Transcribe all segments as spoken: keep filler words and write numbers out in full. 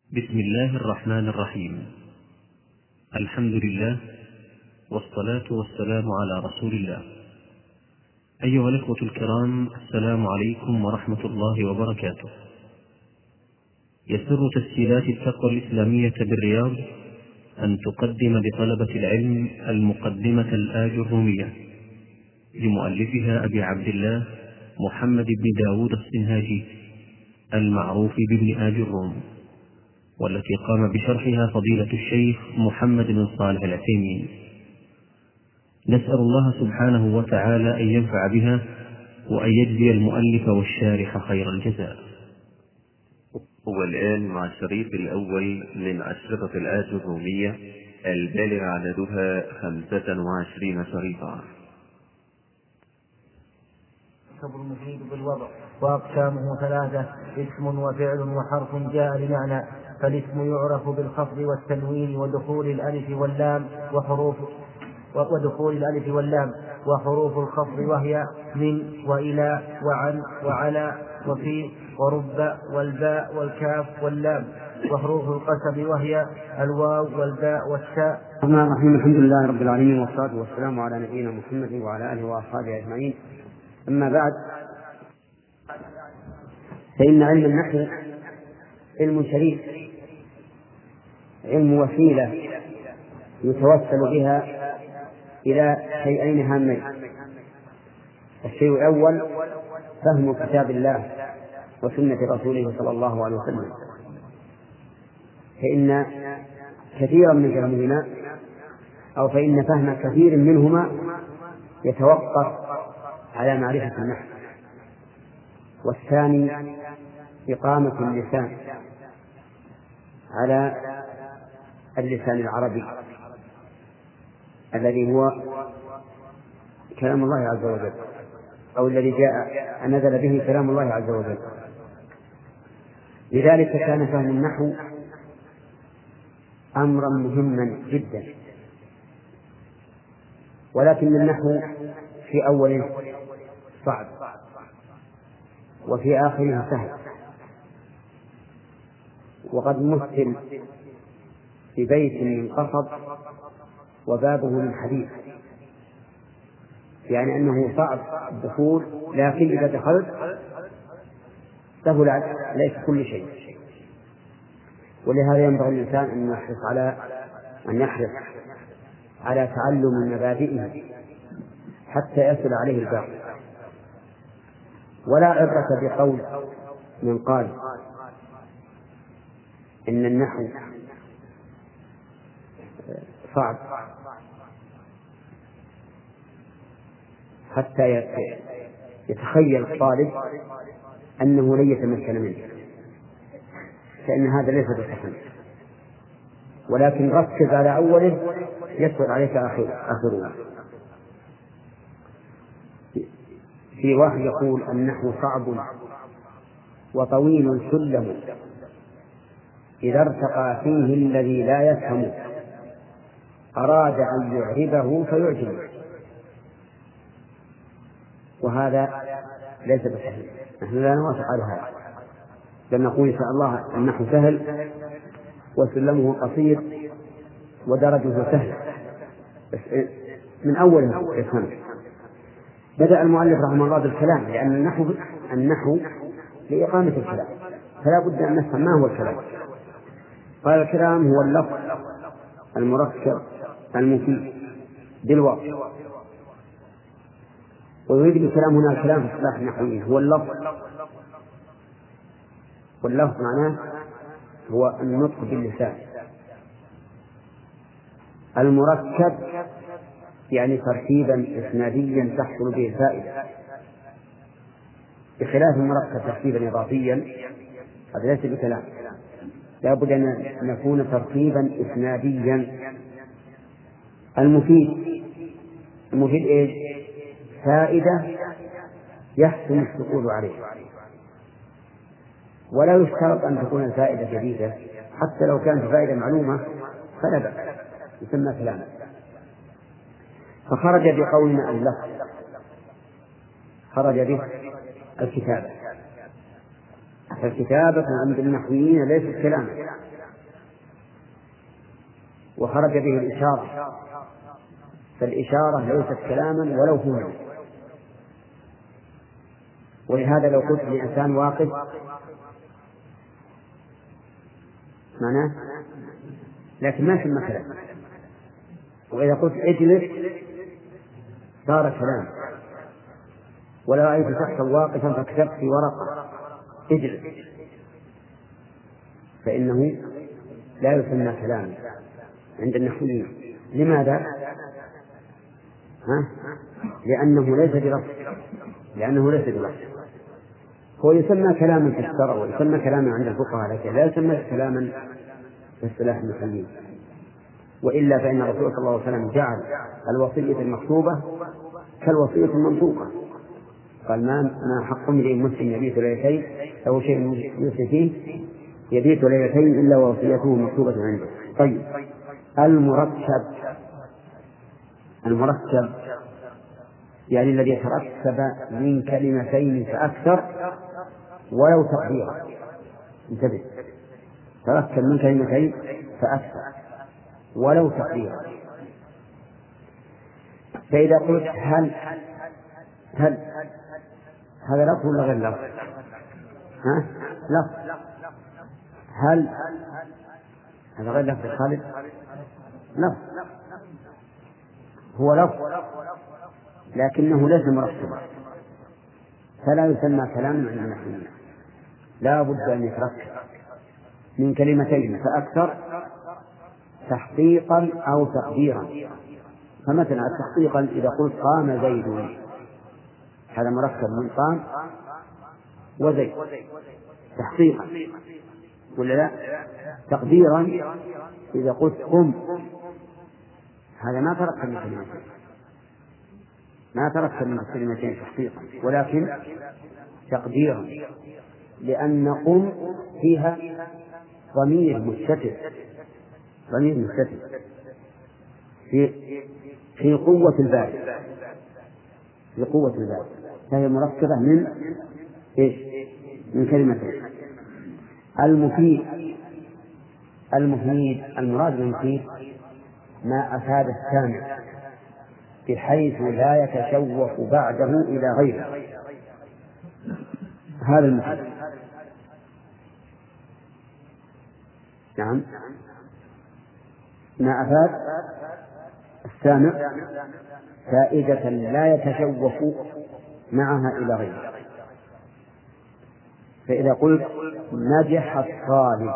بسم الله الرحمن الرحيم. الحمد لله والصلاة والسلام على رسول الله. أيها الإخوة الكرام، السلام عليكم ورحمة الله وبركاته. يسر تسجيلات التقوى الإسلامية بالرياض أن تقدم لطلبة العلم المقدمة الآج الرومية لمؤلفها أبي عبد الله محمد بن داود السنهاجي المعروف بابن آج الروم، والتي قام بشرحها فضيلة الشيخ محمد بن صالح العثيمين. نسأل الله سبحانه وتعالى أن ينفع بها وأن يجزي المؤلف والشارح خير الجزاء. والآن مع الشريط الأول من أشرطة الآج الرومية البالغ عددها خمسة وعشرين شريطا. المفيد بالوضع، وأقسامه ثلاثة: اسم وفعل وحرف جاء لمعنى. فالاسم يعرف بالخفض والتنوين ودخول الألف واللام وحروف ودخول الألف واللام وحروف الخفض وهي من وإلى وعن وعلى وفي ورب والباء والكاف واللام. وحروف القسم وهي الواو والباء والتاء. الرحمن الرحيم. الحمد لله رب العالمين، والصلاة والسلام على نبينا محمد وعلى آله وأصحابه أجمعين. أما بعد، فإن علم النحو علم شريف، علم وسيلة يتوسل بها إلى شيئين هامين. الشيء الأول فهم كتاب الله وسنة رسوله صلى الله عليه وسلم، فإن كثيرا من فهمهما أو فإن فهم كثير منهما يتوقف على معرفة النحو. والثاني إقامة اللسان على اللسان العربي الذي هو كلام الله عز وجل، أو الذي جاء نزل به كلام الله عز وجل. لذلك كان فهم النحو أمرا مهما جدا، ولكن النحو في أوله صعب وفي آخره سهل. وقد مثل ببيت من قصب وبابه من حديد، يعني أنه صعب الدخول، لكن إذا دخلت سهل ليس كل شيء. ولهذا ينبغي الإنسان أن يحرص على أن يحرص على تعلم مبادئه حتى يصل عليه الباقي. ولا عبرة بقول من قال إن النحو صعب حتى يتخيل الطالب أنه لن يتمكن منه، فإن هذا ليس بصحيح. ولكن ركز على أوله يسهل عليك آخره. في واحد يقول النحو صعب وطويل سلم، إذا ارتقى فيه الذي لا يفهم أراد أن يعربه فيعجبه. وهذا ليس بصحيح، نحن لا نوافق على هذا، بل نقول إن شاء الله النحو سهل وسلمه قصير ودرجه سهل، بس من أوله يفهم. بدأ المؤلف رحمه الله بالكلام، لأن النحو النحو لإقامة الكلام، فلا بد أن نفهم ما هو الكلام. قال الكلام هو اللفظ المركب المفيد بالوصف. ويريد بالكلام هنا الكلام في اصطلاح النحويين هو اللفظ، واللفظ معناه هو النطق باللسان. المركب يعني ترتيبا إسناديا تحصل به الفائدة، بخلاف المركب ترتيبا إضافيا هذا ليس بكلام، لا بد أن نكون ترتيبا إسناديا. المفيد المفيد إيش؟ فائدة يحسن السكوت عليه، ولا يشترط أن تكون الفائدة جديدة، حتى لو كانت فائدة معلومة فلا بأس، يسمى كلاما. فخرج بقولنا اللفظ، خرج به الكتابة. فالكتابة عند النحويين ليست كلاما، وخرج به الإشارة، فالإشارة ليست كلاما ولو فهما. ولهذا لو قلت لإنسان واقف معناه، لكن ما سمى كلام. وإذا قلت اجلس صار كلام. ولو رأيت شخصا واقفا فكتبت في ورقة اجلس فإنه لا يسمى كلاما عند النحويين. لماذا؟ ها؟ لأنه ليس بلفظ، لأنه ليس بلفظ. هو يسمى كلاما في الشرع ويسمى كلاما عند الفقهاء، لكن لا يسمى كلاما في اصطلاح المسلمين. وإلا فإن الرسول صلى الله عليه وسلم جعل الوصية المكتوبة كالوصية المنطوقة، قال ما ما حق امرئ مسلم يبيت ليلتين أو شيء يوصي فيه يبيت ليلتين إلا ووصيته مكتوبة عنده. طيب، المركب، المركب يعني الذي يتركب من كلمتين فأكثر ولو تقديرا. انتبه، تركب من كلمتين فأكثر ولو تقديرا. فإذا قلت هل هل هذا لفظ ولا غير لفظ؟ ها؟ لفظ. هل هذا غير لفظ خالد؟ لفظ، هو لفظ لكنه ليس مركبا، فلا يسمى كلاما عند النحويين. لا بد أن يتركب من كلمتين فأكثر تحقيقا أو تقديرا. فمثلا تحقيقا إذا قلت قام زيد، هذا مركب من قام وزيد تحقيقا ولا لا؟ تقديرا إذا قلت قم، هذا ما تركب من كلمتين، ما تركب من كلمتين تحقيقا ولكن تقديرا، لأن قم فيها ضمير مستتر، ضمير مستتر في في قوة البال، في قوة البال، فهي مركبة من إيش؟ من كلمتين. المفيد، المفيد المراد بالمفيد ما أفاد السامع بحيث لا يتشوف بعده إلى غيره، هذا المفيد. نعم، ما أفاد السامع فائدة لا يتشوف معها إلى غيره. فإذا قلت نجح الطالب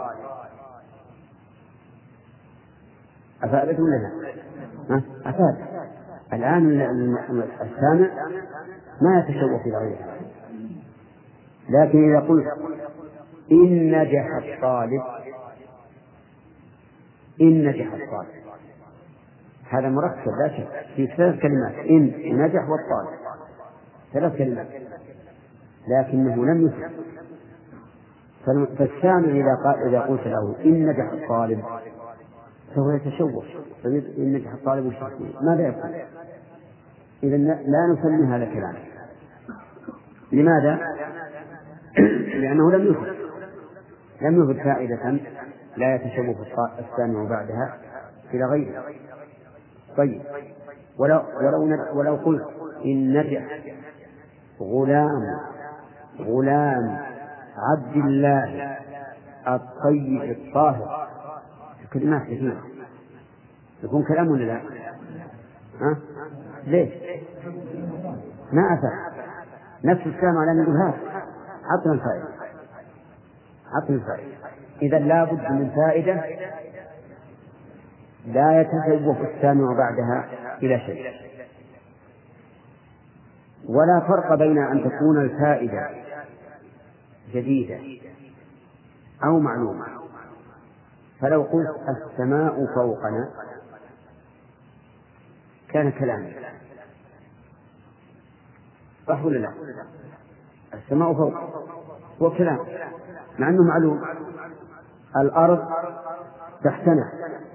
أفادت ولا لا؟ أفاد. الآن السامع ما يتشوف إلى غيره، لكن إذا قلت إن نجح الطالب، إن نجح الطالب، هذا مركب لا شك في ثلاث كلمات، إن نجح والطالب، ثلاث كلمات، لكنه لم يفهم. فالسامع إذا قال إذا قلت له إن نجح الطالب فهو يتشوف، إن نجح الطالب ماذا يكون؟ إذا لا نسمي هذا كلام. لماذا؟ لأنه لم يفهم، لم يفد فائدة لا يتشوف السامع بعدها إلى غيره. طيب، ولو ولو ولو قلت إن نجح غلام غلام عبد الله الطيب الطاهر، كلمات كثيرة، يكون كلام ولا لا؟ ها؟ ليش؟ ما أفهم. نفس السامع لم يقول هذا، عطنا الفائدة، عطنا الفائدة. إذا لا بد من فائدة لا يتشوف السامع بعدها إلى شيء. ولا فرق بين أن تكون الفائدة جديدة أو معلومة. فلو قلت السماء فوقنا كان كلاما، صح ولا لا؟ السماء فوق هو كلام مع أنه معلوم. الأرض تحتنا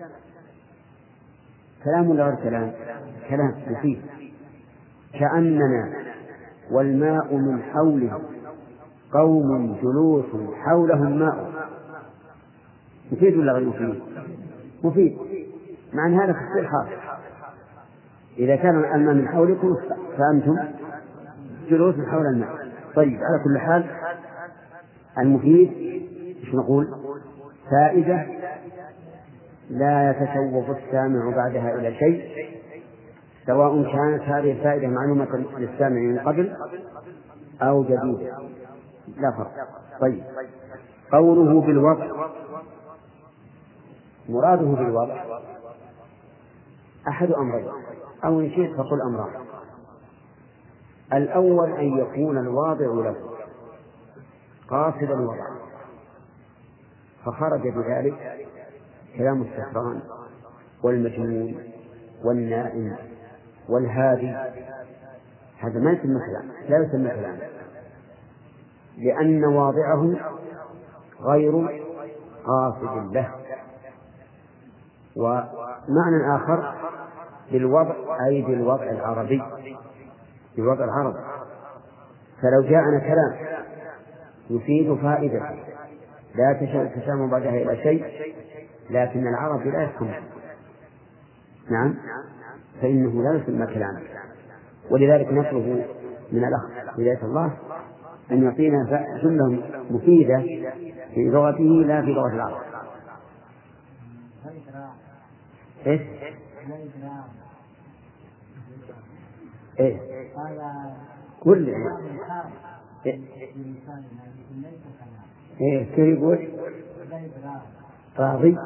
كلام ولا غير كلام؟ كلام مفيد. كأننا والماء من حوله قوم جلوس حولهم ماء، مفيد ولا غير مفيد؟ مفيد. مع أن هذا تفصيل حاصل. إذا كان الماء من حولكم فأنتم جلوس حول الماء. طيب، على كل حال المفيد إيش نقول؟ فائدة لا يتشوف السامع بعدها إلى شيء، سواء كانت هذه الفائدة معلومة للسامع من قبل أو جديدة، لا فرق. طيب، قوله بالوضع، مراده بالوضع أحد أمرين، أو إن شئت فقل أمران. الأول أن يكون الواضع له قاصدا الوضع، فخرج بذلك كلام السكران والمجنون والنائم والهادي، هذا ما يسمى كلام، لا يسمى كلام، لأن واضعه غير قاصد له. ومعنى آخر بالوضع أي بالوضع العربي، بالوضع العربي. فلو جاءنا كلام يفيد فائدة لا تسامى بعدها إلى شيء، لكن العرب لا يفهم، نعم، فإنه لا يسمى كلاما. ولذلك نطلب من الأخ هداية الله أن يعطينا جملة مفيدة في لغته لا في لغة العرب. إيه؟ إيه؟ كل إيه؟ إيه؟ كيف يقول؟ راضي؟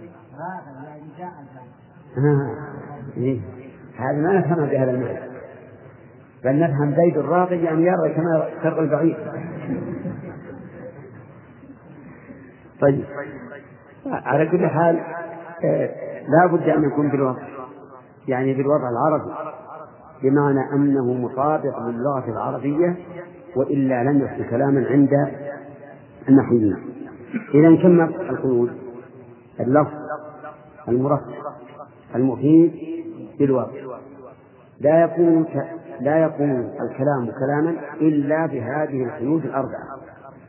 آه. إيه؟ هذا ما نفهم بهذا المعنى، بل نفهم زيد الراضي يعني يرى كما ترى البعيد. طيب، على كل حال آه لا بد أن يكون بالوضع، يعني بالوضع العربي، بمعنى أنه مطابق للغة العربية، وإلا لم يكن كلاما عند النحويين. إذا كم القيود؟ اللفظ المركب المفيد بالوضع، لا يكون ك... لا يكون الكلام كلاما إلا بهذه القيود الأربعة.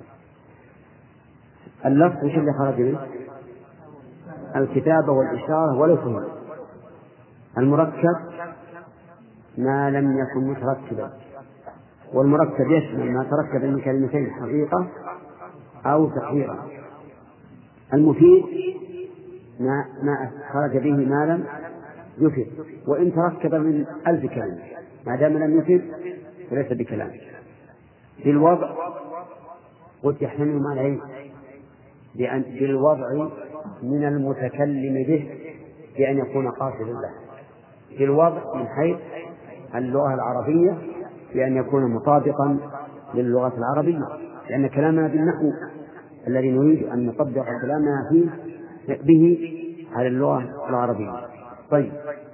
اللفظ وش اللي خرج منه؟ الكتابة والإشارة والفهم. المركب ما لم يكن متركبا، والمركب يشمل ما تركب من كلمتين حقيقة أو تقديرا. المفيد ما ما خرج به ما لم يفيد، وإن تركب من ألف كلمة ما دام لم يفيد فليس بكلام. في الوضع قد يحتمل معنيين، بأن بالوضع من المتكلم به بأن يكون قاصدا له، في الوضع من حيث اللغة العربية بأن يكون مطابقا للغة العربية، لأن كلامنا بالنحو الذي نريد أن نطبق كلامنا فيه به على اللغة العربية. طيب،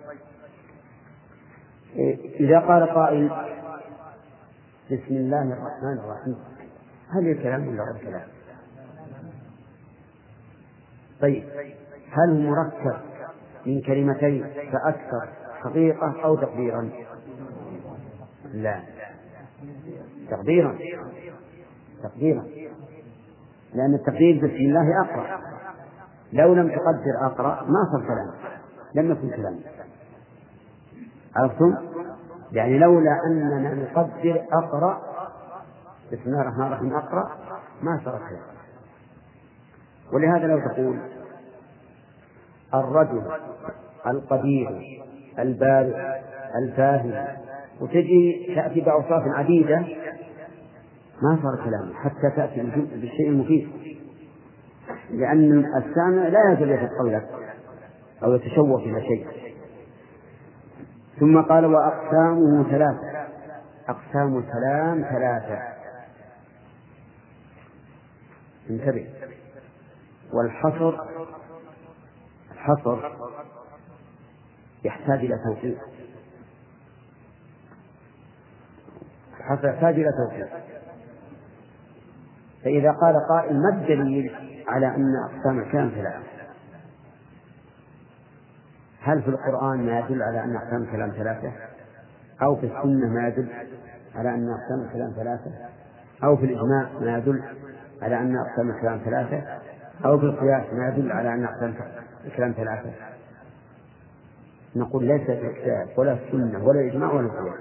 إذا قال قائل بسم الله الرحمن الرحيم، هل الكلام ولا غير كلام؟ طيب، هل مركب من كلمتين فأكثر حقيقة أو تقديرا؟ لا، تقديرا تقديرا لأن التقدير بسم الله أقرأ، لو لم تقدر أقرأ ما صار كلام، لم يكن كلام. عرفتم؟ يعني لولا أننا نقدر أقرأ بسم الله الرحمن الرحيم أقرأ ما صار كلام. ولهذا لو تقول الرجل القدير البارئ الفاهم وتجي تأتي بأوصاف عديدة ما صار كلام حتى تأتي بالشيء المفيد، لأن السامع لا يزال يتقلب أو يتشوف إلى شيء. ثم قال وأقسامه ثلاثة، أقسام الكلام ثلاثة، انتبه. والحصر الحصر يحتاج إلى توقيت، الحصر يحتاج إلى توقيت. فإذا قال قائل ما الدليل على أن أقسام الكلام ثلاثة؟ هل في القرآن ما يدل على أن أقسام الكلام ثلاثة؟ أو في السنة ما يدل على أن أقسام الكلام ثلاثة؟ أو في الإجماع ما يدل على أن أقسام الكلام ثلاثة؟ أو في القياس ما يدل على أن أقسام الكلام ثلاثة؟ نقول ليس الكتاب ولا السنة ولا الإجماع ولا القياس،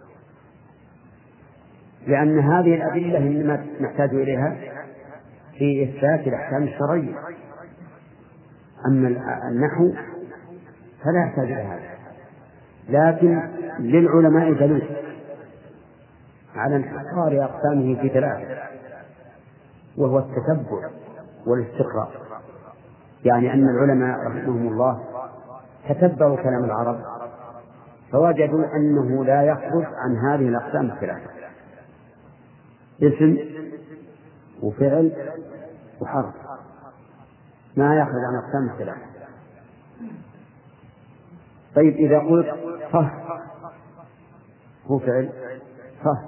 لأن هذه الأدلة إنما نحتاج إليها في إثبات الأحكام الشرعية، أما النحو فلا يحتاج إلى هذا. لكن للعلماء دليل على انحصار أقسامه في ثلاثة، وهو التتبع والاستقراء. يعني أن العلماء رحمهم الله تتبعوا كلام العرب فوجدوا أنه لا يخرج عن هذه الأقسام الثلاثة: اسم وفعل وحرف، ما يخرج عن أقسام الثلاثة. طيب إذا قلت صه هو فعل، صه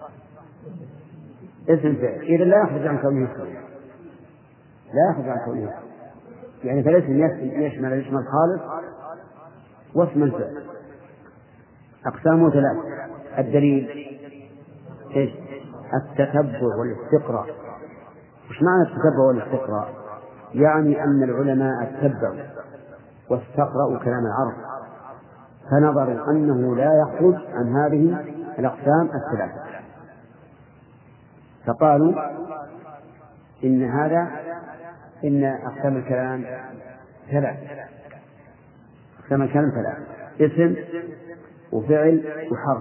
اسم فعل، إذا لا يخرج عن كونه اسم، لا يخرج عن كونه اسم. يعني فالاسم يشمل الاسم الخالص واسم الفعل. أقسامه ثلاثة. الدليل إيش؟ التتبع والاستقراء. وش معنى التتبع والاستقراء؟ يعني أن العلماء اتبعوا واستقرأوا كلام العرب فنظروا أنه لا يخرج عن هذه الأقسام الثلاثة، فقالوا إن هذا إن أقسام الكلام ثلاث، أقسام الكلام ثلاث: اسم وفعل وحرف.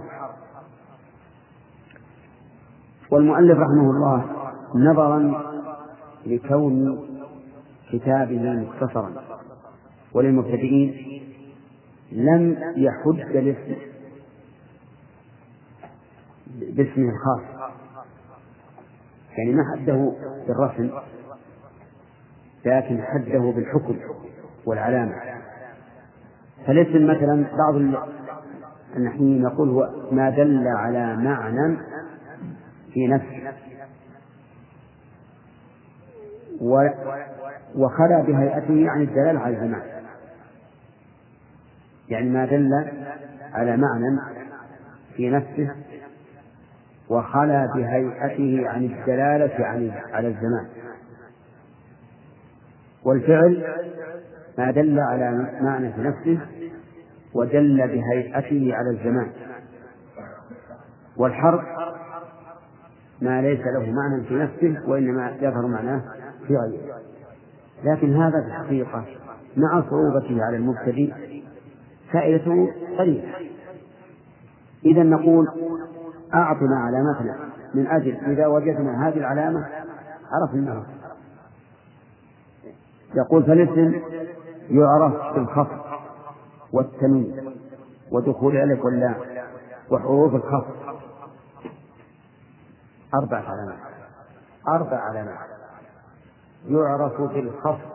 والمؤلف رحمه الله نظرا لكون كتابه مختصرا وللمبتدئين لم يحد الاسم باسمه الخاص، يعني ما حده بالرسم، لكن حده بالحكم والعلامة. فالاسم مثلا بعض النحويين يقول هو ما دل على معنى في نفسه وخلا بهيئته عن الدلالة على الزمان، يعني ما دل على معنى في نفسه وخلا بهيئته عن الدلالة على الزمان. والفعل ما دل على معنى في نفسه ودل بهيئته على الزمان. والحرف ما ليس له معنى في نفسه وإنما يظهر معناه في غيره. لكن هذا في الحقيقة مع صعوبته على المبتدئ فائدته قليلة. إذا نقول أعطنا علامتنا من أجل إذا وجدنا هذه العلامة عرفناها. يقول فالاسم يعرف بالخفض والتنوين ودخول الألف واللام وحروف الخفض. أربع علامات أربع علامات يعرف بالخفض،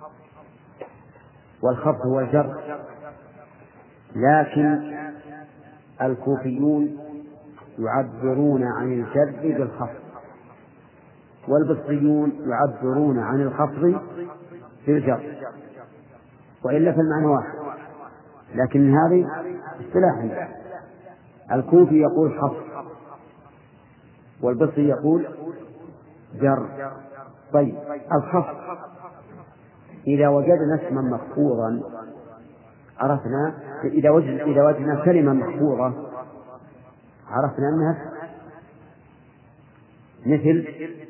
والخفض هو الجر، لكن الكوفيون يعبرون عن الجر بالخفض، والبصريون يعبرون عن الخفض بالجر، وإلا فالمعنى واحد، لكن هذه اصطلاح. الكوفي يقول خفض والبصري يقول جر. طيب الخفض إذا وجدنا اسما مخفوضا عرفنا، إذا وجدنا إذا وجدنا كلمة مخفوضة عرفنا أنها مثل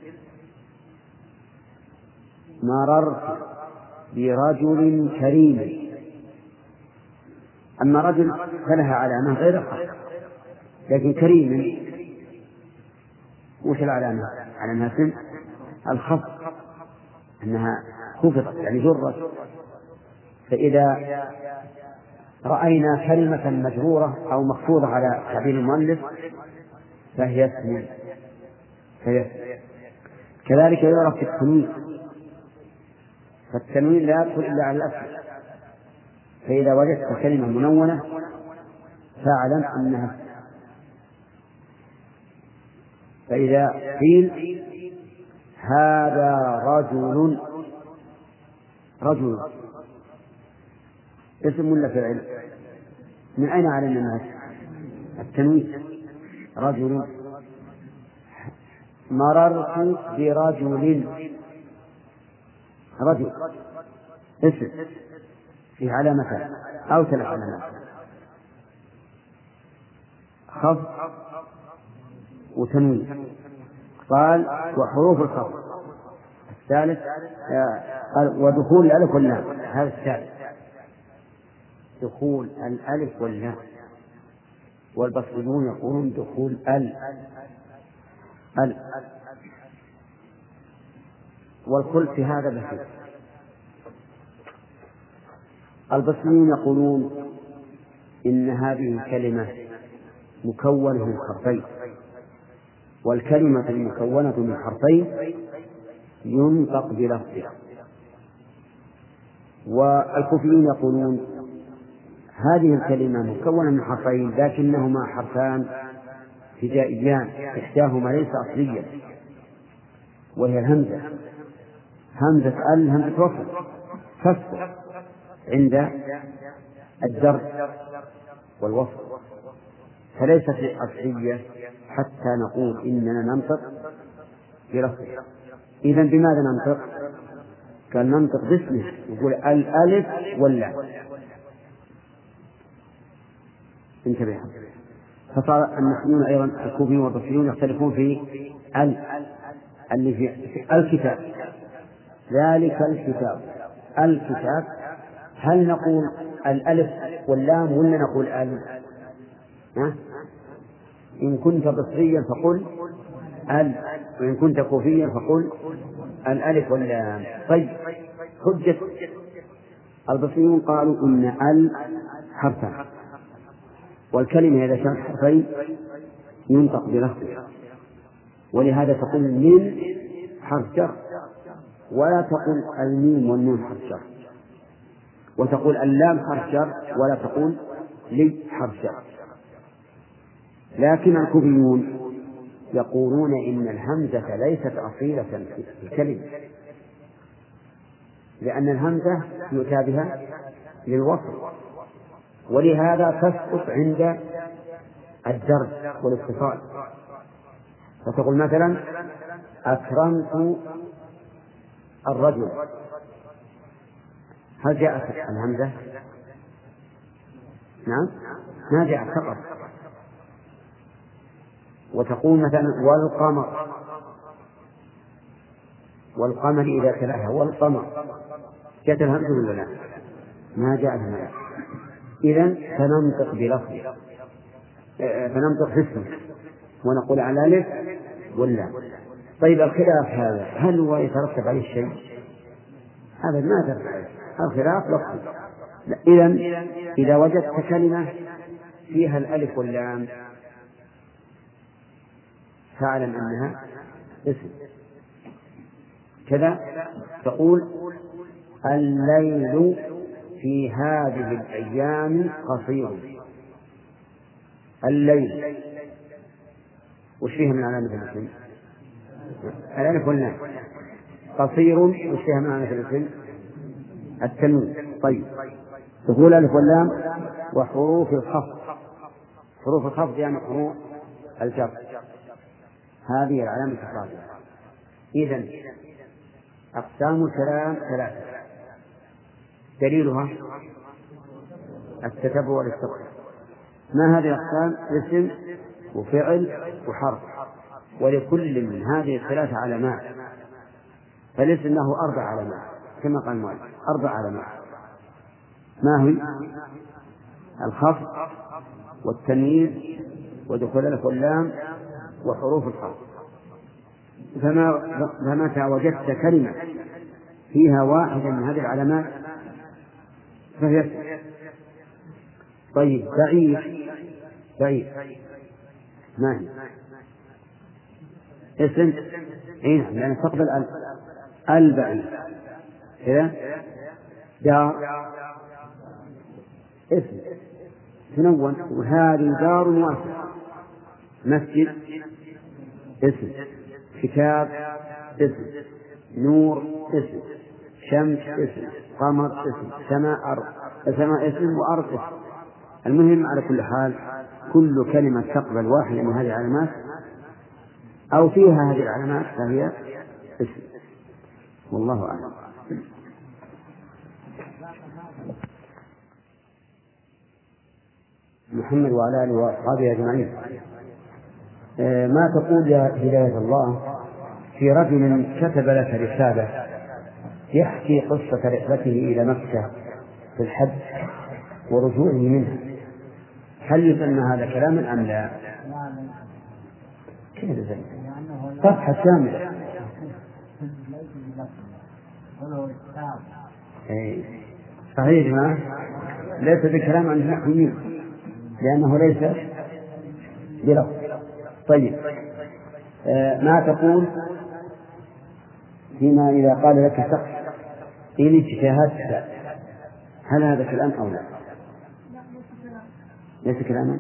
مررت برجل كريم. أما رجل فلها علامة غير الخفض، لكن كريم وش العلامة؟ على أنها اسم الخفض، أنها خفضت يعني جرت. فإذا رأينا كلمة مجرورة أو مخفوضة على تعبير المؤلف فهي اسم. كذلك يعرف التنوين، فالتنوين لا يدخل إلا على الأصل. فإذا وجدت كلمة منونة فاعلم أنها. فإذا قيل هذا رجل، رجل اسم ولا فعل؟ من أين علمنا الناس؟ التنوين. رجل. مررت برجل، رجل اسم، فيه علامتان أو ثلاث علامات: خفض وتنوين. قال وحروف الخفض. الثالث قال ودخول الألف واللام. هذا الثالث دخول الألف واللام، والبصريون يقولون دخول ال ال والخلف في هذا بسيط. البصريون يقولون إن هذه الكلمة مكونة من حرفين، والكلمة المكونة من حرفين ينطق بلفظها. والكوفيون يقولون هذه الكلمة مكونة من حرفين لكنهما حرفان فدائيان، إحداهما ليس أصليا وهي الهمزة، همزة ال همزة وصل تسقط عند الجر والوصل، فليست أصلية حتى نقول إننا ننطق بلفظها. إذن بماذا ننطق؟ كان ننطق باسمه، يقول الألف واللام. انتبه. فصار النحويون أيضا الكوفيون والبصريون يختلفون في ال اللي في الكتاب، ذلك الكتاب. الكتاب هل نقول الألف واللام ولا نقول ال؟ ها؟ إن كنت بصريا فقل ال، وإن كنت كوفيا فقل الألف واللام. طيب، حجة البصريون قالوا إن ال حرفان، والكلمة إذا كانت حرفين ينطق بلفظها، ولهذا تقول من حرف جر، ولا تقول الميم والنون حرف جر، وتقول اللام حرف جر ولا تقول لي حرف جر. لكن الكوفيون يقولون إن الهمزة ليست أصيلة في الكلمة، لأن الهمزة يؤتى بها للوصل، ولهذا تسقط عند الجر والاتصال. فتقول مثلا أكرمت الرجل، هل جاءت الهمزة؟ نعم، ما جاءت فقط. وتقول مثلا والقمر، والقمر إذا تلاها والقمر، جاءت الهمزة ولا لا؟ ما جاءت الهمزة. إذن فننطق بلفظ، فننطق باسمه ونقول على الألف واللام. طيب، الخلاف هذا هل هو يترتب عليه شيء؟ هذا ما يترتب عليه، الخلاف لفظي. إذن إذا وجدت كلمة فيها الألف واللام فاعلم أنها اسم. كذا تقول الليل في هذه الأيام قصير. الليل وش فيها من علامة الاسم؟ الألف واللام. قصير وش فيها من علامة الاسم؟ التنوين. طيب، تقول الألف واللام وحروف الخفض. حروف الخفض يعني حروف الجر، هذه العلامة الرابعة. إذن أقسام الكلام ثلاثة، دليلها التتبع والاستقراء. ما هذه الأقسام؟ اسم وفعل وحرف، ولكل من هذه الثلاثة علامات. فالاسم له أربع علامات كما قال المؤلف، أربع علامات. ما هي؟ الخفض والتنوين ودخول الألف واللام وحروف الخفض. فما فمتى وجدت كلمة فيها واحدة من هذه العلامات فهي اسم. طيب، بعيد بعيد ما هي؟ اسم إيه؟ لأن تقبل ال البعيد كذا. دار اسم تنون، وهذه دار واسعة. مسجد اسم، كتاب اسم، نور اسم، شمس اسم، قمر اسم، سماء أرض، سماء اسم وأرض اسم. المهم على كل حال كل كلمة تقبل واحدة من هذه العلامات أو فيها هذه العلامات فهي اسم. والله أعلم. محمد وعلى آله وأصحابه أجمعين. ما تقول يا هداية الله في رجل كتب لك رسالة يحكي قصة رحلته إلى مكة في الحج ورجوعه منها، هل يسمى هذا كلاما أم لا؟ كيف ذلك؟ صفحة كاملة. صحيح ما ليس بكلام عن النحويين لأنه ليس بلفظ. طيب آه ما تقول فيما إذا قال لك شخص إني شاهدت، هل هذا كلام أو لا؟ ليس كلاما،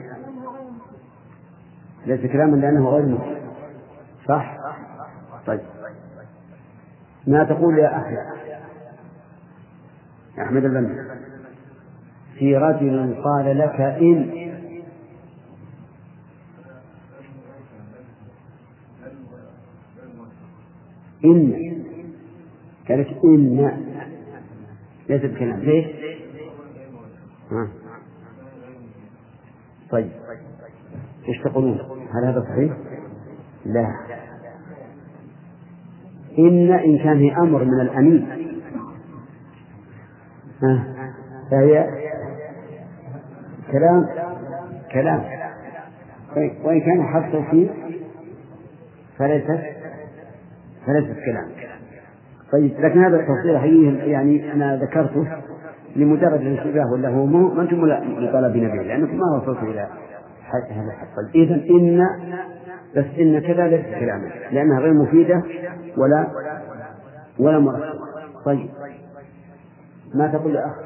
ليس كلاما لأنه غير مفيد، صح؟ طيب ما تقول يا أحمد أحمد البنا في رجل قال لك إن إن قالت إن ليس بكلام، ليش؟ ها. طيب ايش تقولون؟ هل هذا صحيح؟ لا. إن إن كان هي أمر من الأمين ها فهي كلام كلام وإن كان حرف توكيد فليست فليست كلام. طيب لكن هذا التفصيل حقيقي يعني أنا ذكرته لمجرد الانتباه ولا هو ما أنتم مطالبين به لأنكم ما وصلتوا إلى هذا الحد. إذن إن بس إن كذا ليس كلاما لأنها غير مفيدة ولا ولا مركبة. طيب ما تقول يا أخ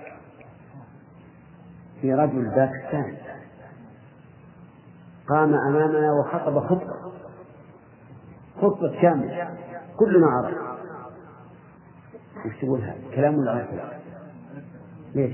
في رجل باكستاني قام أمامنا وخطب خطبة خطبة كاملة كلنا عرب، وش تقول هذا كلام ولا غير كلام؟ ليش؟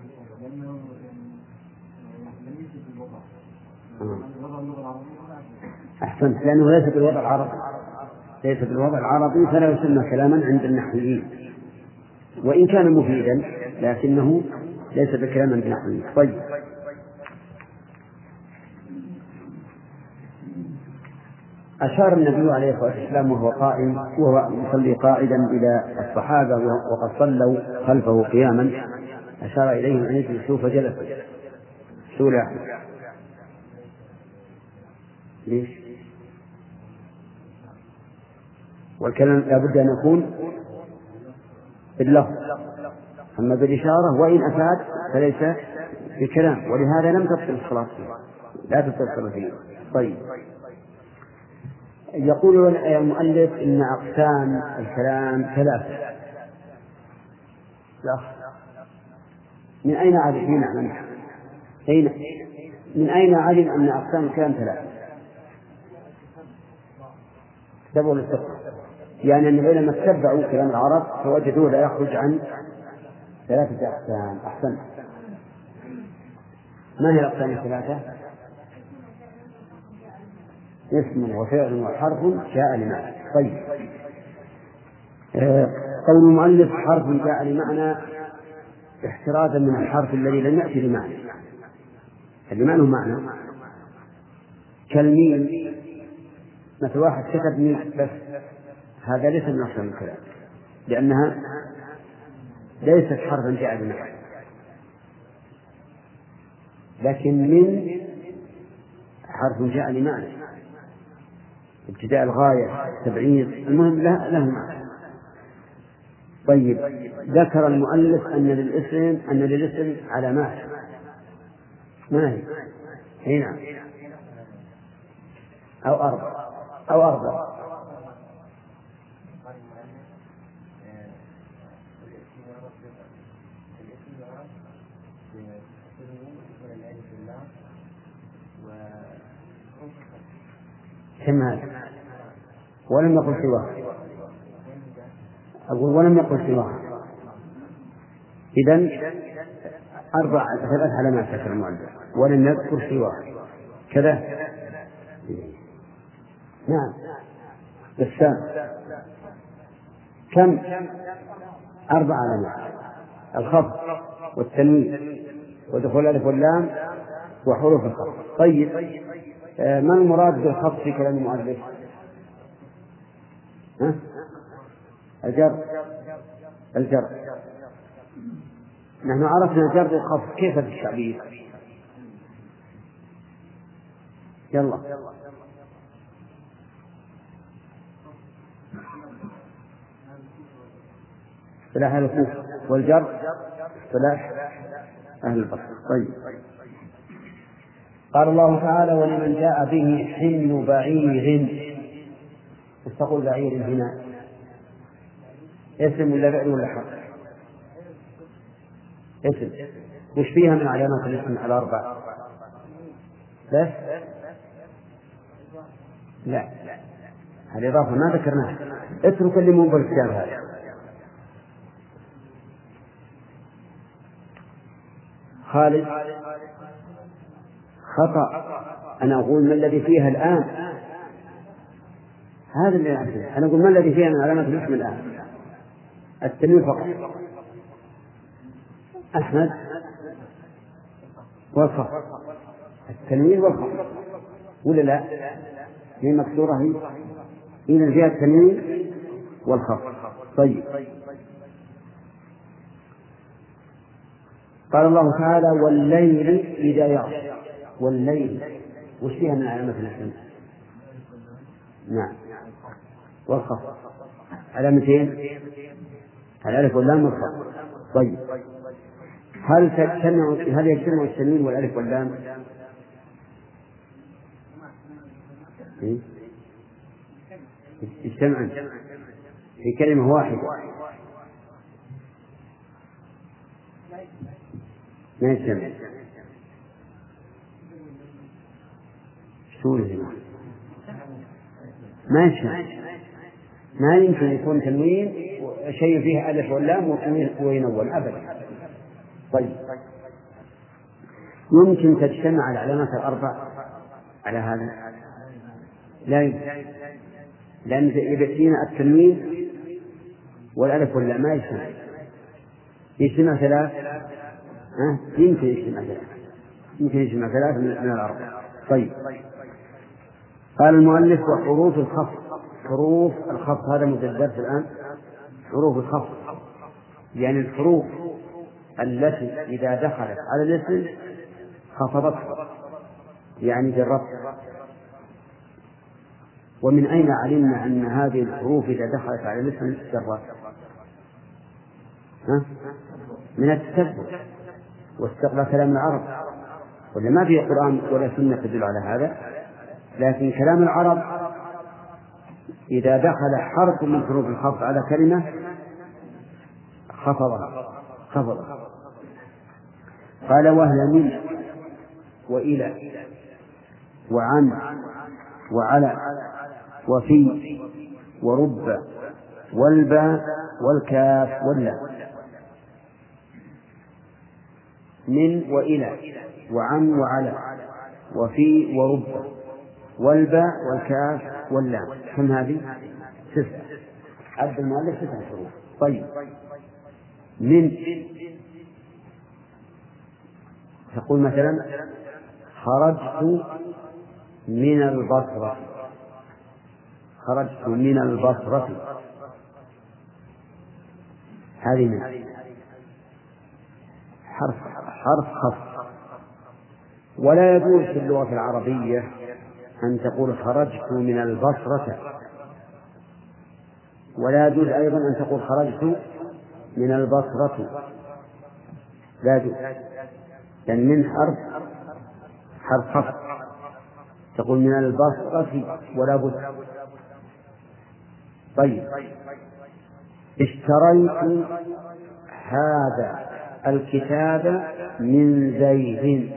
آه. أحسنت، لأنه ليس بالوضع العربي ليس بالوضع العربي فلا يسمى كلاما عند النحويين وإن كان مفيدا لكنه ليس بكلام عند النحويين. طيب أشار النبي عليه الصلاة والسلام وهو قائم وهو يصلي قاعدا إلى الصحابة وقد صلوا خلفه قياما، أشار إليهم أن يجلسوا فجلسوا. شو لا ليش؟ والكلام لابد أن يكون باللفظ، أما بالإشارة وإن أفاد فليس بكلام، ولهذا لم تبطل الصلاة فيه، لا تبطل الصلاة فيه. طيب يقول المؤلف إن أقسام الكلام ثلاثة. لا. من أين علم من أين من أين علم أن أقسام الكلام ثلاثة؟ تبعوا للفقه، يعني أن العلماء اتبعوا كلام العرب فوجدوه لا يخرج عن ثلاثة أقسام. أحسن. ما هي الأقسام الثلاثة؟ اسم وفعل وحرف جاء لمعنى. طيب آه قول المؤلف حرف جاء لمعنى احترازا من الحرف الذي لم يأتي لمعنى، اللي ما له معنى كالميم، مثل واحد كتب ميم بس، هذا ليس من أصل الكلام لأنها ليست حرفا جاء لمعنى. لكن من حرف جاء لمعنى، ابتداء الغاية تبعيض، المهم له له معنى. طيب ذكر المؤلف أن للاسم أن للاسم علامات، ما هي؟ هنا أو أربع أو أربع كم هذا؟ ولم يقل سواه، أقول ولم يقل سواه. إذن أربع ثلاث علامات ذكر المؤلف ولم يذكر سواه كذا. نعم بالسام كم؟ أربع علامات: الخفض والتنوين ودخول الألف واللام وحروف الخفض. طيب آه ما المراد بالخفض في كلام المؤلف؟ ها؟ الجر الجر نحن عرفنا جر الخفض كيف في التعبير؟ يلا اصطلاح أهل الكوفة، والجر اصطلاح أهل البصرة. طيب قال الله تعالى: ولمن جاء به حمل بعير. وش تقول بعير هنا؟ اسم ولا فعل ولا حرف؟ اسم. وش فيها من علامات الاسم على أربع؟ بس لا، الإضافة ما ذكرناها. اترك اللي مو بالكتاب هذا. خالد خطأ. أنا أقول ما الذي فيها الآن، هذا اللي أعرفه. أنا أقول ما الذي فيها من علامات الاسم الآن؟ التنوين فقط. أحمد والخفض، التنوين والخفض ولا لا؟ هي مكسورة هي إذا فيها التنوين والخفض. طيب قال الله تعالى: والليل إذا يغشى. والليل وش فيها من علامة الاسم؟ نعم والخفض. علامتين، الألف واللام والخفض. طيب هل تجتمع هل يجتمع التنوين والألف واللام؟ يجتمعان في كلمة واحدة؟ ما يجتمع. شو الجمع؟ ما يجتمع. ما يمكن يكون تنوين شيء فيه ألف واللام وينون أبدا. طيب يمكن تجتمع العلامات الأربع على هذا؟ لا يمكن، لأن يبتين التنوين والألف واللام ما يجتمع. يجتمع ثلاث. أه؟ يمكن يجتمع ثلاث، يمكن يجتمع ثلاث من الأربع. طيب قال المؤلف: وحروف الخفض. حروف الخفض هذا مدرس الآن. حروف الخفض يعني الحروف التي إذا دخلت على الاسم خفضته، يعني جربت. ومن أين علمنا أن هذه الحروف إذا دخلت على الاسم جرت؟ ها؟ من التتبع واستقراء كلام العرب، ولا ما في قرآن ولا سنة تدل على هذا، لكن كلام العرب إذا دخل حرف من حروف الخفض على كلمة خفضها خفضها. قال: وهي من وإلى وعن وعلى وفي ورب والباء والكاف واللام. من وإلى وعن وعلى وفي ورب والباء والكاف واللام. كم هذه؟ ستة. عد المؤلف ستة حروف. طيب من تقول مثلا: خرجت من البصرة. خرجت من البصرة، هذه من حرف حرف خفض. ولا يجوز في اللغة العربية أن تقول خرجت من البصرة، ولا يجوز أيضا أن تقول خرجت من البصرة، لا يجوز، لأن من حرف حرف خفض. تقول من البصرة ولا بد. طيب اشتريت هذا الكتاب من زيد.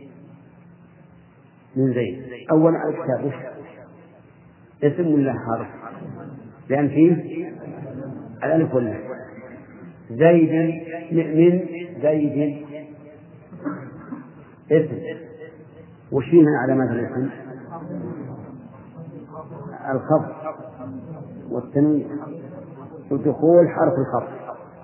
من زيد أول الكتاب اسم ولا حرف؟ لأن فيه الألف واللام. زيد من زيد اسم. وش فيه من علامات الاسم؟ الخفض والتنوين ودخول حرف الخفض.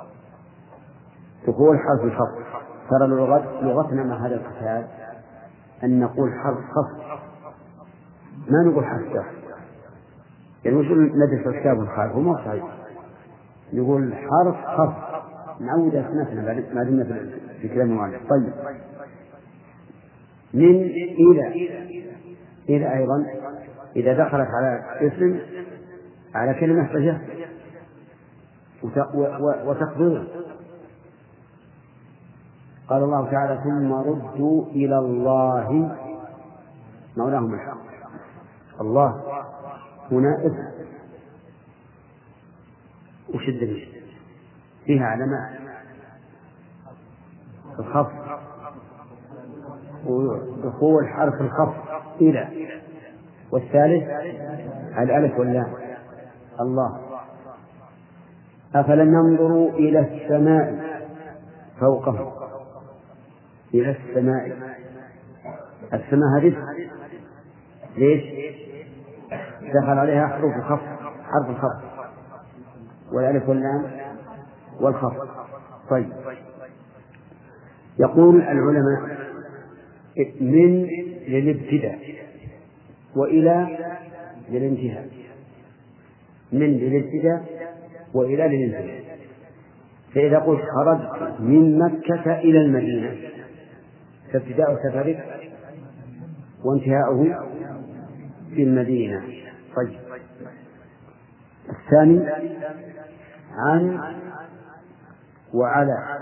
دخول حرف الخفض. ترى لغتنا مع هذا الكتاب أن نقول حرف خفض، ما نقول حرف جر. يعني وش ندرس الكتاب والخالف هو ما صحيح، نقول حرف خفض نعود أسمتنا ما دمنا في كلام المؤلف. طيب من إلى إلى أيضا إذا دخلت على اسم على كلمة فجأة وتقديره. قال الله تعالى ثم ردوا إلى الله مولاهم الحق. الله هنا اسم وشد فيها علامات الخفض ودخول حرف الخفض إلى، والثالث الألف واللام الله. أفلم ينظروا إلى السماء فوقهم، إلى السماء، السماء هذه ليش دخل عليها حروف الخفض، حرف الخفض والألف واللام والخفض. طيب يقول العلماء من للابتداء وإلى للانتهاء، من للابتداء وإلى للانتهاء. فإذا قلت خرجت من مكة إلى المدينة فابتداء سفرك وانتهاؤه في المدينة. طيب الثاني عن وعلى،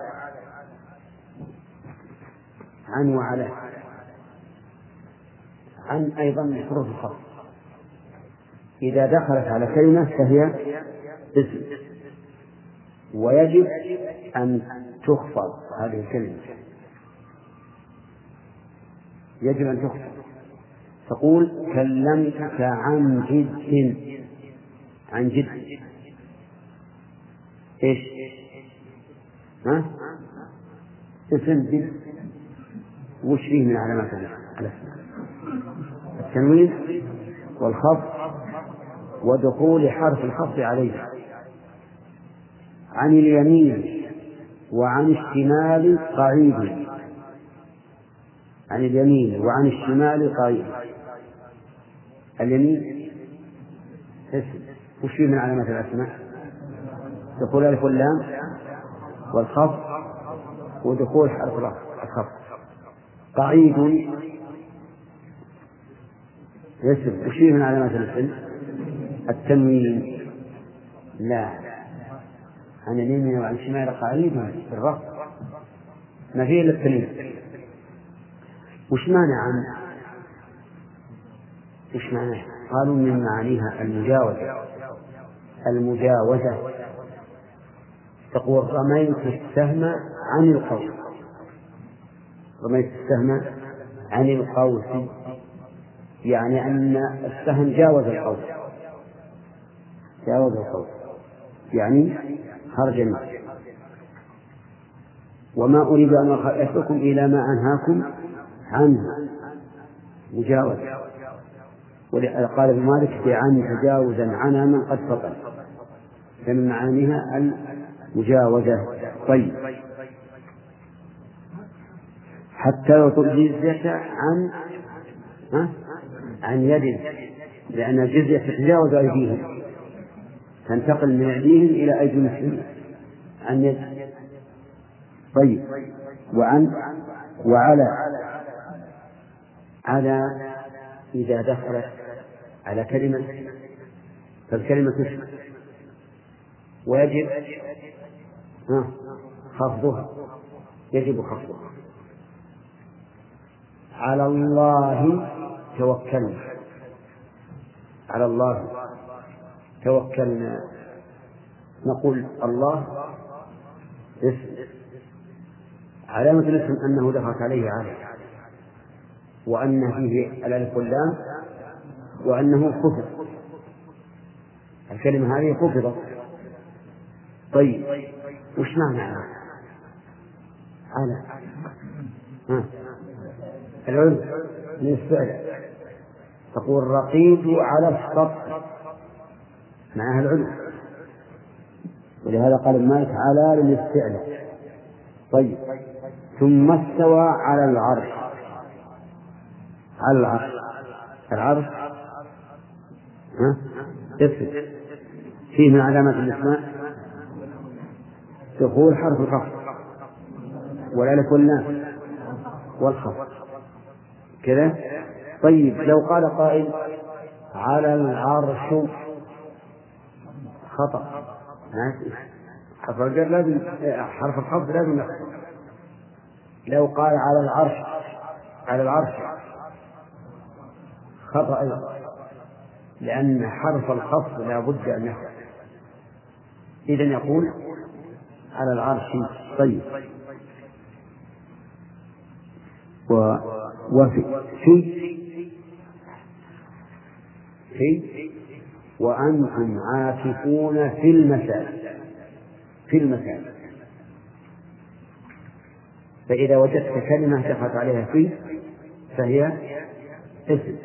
عن وعلى، عن أيضا من حروف الخفض إذا دخلت على كلمة فهي اسم، ويجب أن تخفض هذه الكلمة، يجب أن تخفض. تقول كلمتك عن جد، عن جد إيش؟ ها؟ اسم جد وش فيه من علامات الاسم؟ التنوين والخفض ودخول حرف الخفض عليه. عن اليمين وعن الشمال قعيد، عن اليمين وعن الشمال قعيد. اليمين اسم وش فيه من علامات الأسماء؟ دخول الألف واللام والخفض ودخول حرف الخفض. قعيد اسم وش فيه من علامات الاسم؟ التنوين. لا، عن اليمين وعن الشمال قعيد في الرفض ما فيه إلا التنوين. وش معنى عن؟ وش معناه؟ قالوا من معانيها المجاوزة، المجاوزة. تقول رميت السهم عن القوس، رميت السهم عن القوس يعني أن السهم جاوز القوس، جاوز القوس يعني خرج منه. وما أريد أن أخذكم إلى ما أنهاكم عنه، مجاوز. قال ابن مالك بعن تجاوزا عنها من قد فطن، فمن معانيها المجاوزة. طيب حتى يعطوا الجزية عن ها؟ عن يد، لأن الجزية تتجاوز أيديهم، تنتقل من أيديهم إلى أيدي المسلمين عن يد. طيب وعن وعلى، على إذا دخلت على كلمة فالكلمة اسم ويجب خفضها، يجب خفضها. على الله توكلنا، على الله توكلنا. نقول الله اسم، علامة الاسم أنه دخلت عليه على، وأن فيه الألف واللام، وأنه خفض، الكلمة هذه خفضت. طيب وش معنى على؟ على ها العلم من الفعل. تقول رقيت على السطح، معناها العلم، ولهذا قال ابن مالك على للاستعلاء. طيب ثم استوى على العرش، على العرش. العرش ها اسم فيه من علامات الاسماء دخول حرف الخفض والالف واللام والخفض كذا. طيب لو قال قائل على العرش خطأ، حرف الجر لازم حرف الخفض لازم يخفض. لو قال على العرش على العرش خطأ أيضا، لأن حرف الخفض لا بد أن يخفض. إذن يقول على العرش. طيب و وفي في في وأنتم عاكفون في المساجد في المساجد. فإذا وجدت كلمة دخلت عليها في فهي اسم.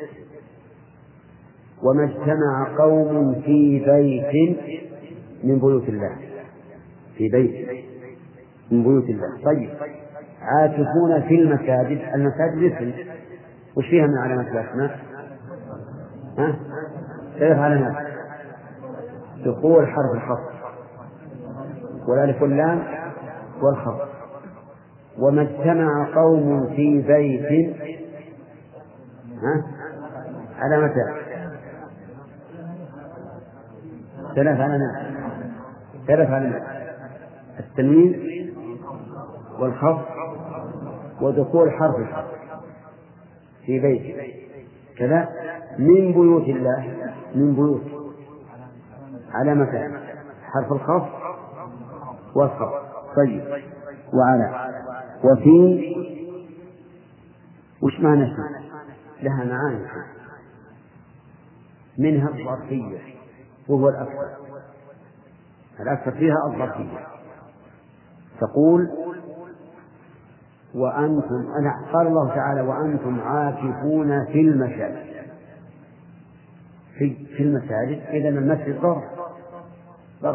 وما اجتمع قوم في بيت من بيوت الله في بيت من بيوت الله. طيب عاكفون في المساجد، المساجد اسم، وش فيها من علامات الأسماء؟ ها؟ ثلاث علامات: دخول حرف الخفض والألف واللام والخفض. وما اجتمع قوم في بيت ها؟ علامتان، ثلاث علامات ثلاث علامات: التنوين والخفض ودخول حرف الخفض في بيت كذا من بيوت الله. من بيوت علامتان: حرف الخفض والخفض. طيب وعلى وفي وش معنى اسم؟ لها معاني، منها الظرفية وهو الأكثر الأكثر فيها الظرفية. تقول وأنتم أنا قال الله تعالى وأنتم عاكفون في المساجد في, في المساجد. إذا المسجد ظرف ظرف.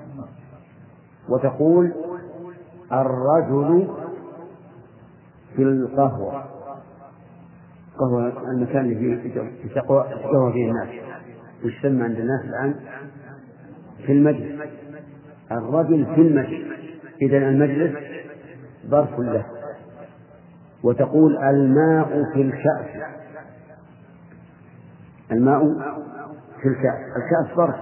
وتقول الرجل في القهوة، قهوة المكان اللي فيه تقوى فيه الناس، يسمى عند الناس الآن في المجلس. الرجل في المجلس، إذن المجلس ظرف له. وتقول الماء في الكأس، الماء في الكأس، الكأس ظرف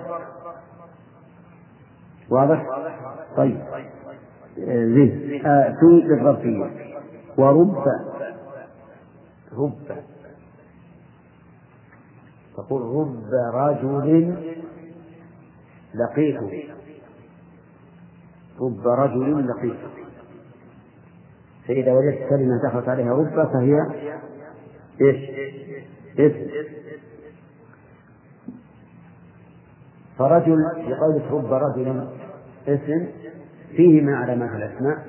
واضح. طيب زين آه في للظرفية. ورب رب تقول رب رجل لقيته، رب رجل لقيته. فإذا وجدت كلمة دخلت عليها رب فهي إيش؟ اسم. فرجل بقولك رب رجل اسم فيه من علامات الأسماء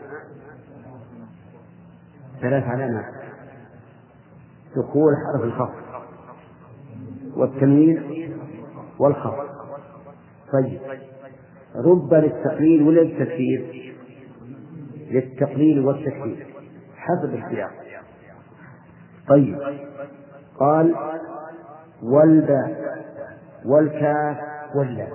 ثلاث علامات: دخول حرف الخفض والتنوين والخفض. طيب رب للتقليل ولا للتكثير؟ للتقليل والتكثير حسب السياق. طيب قال والباء والكاف واللام.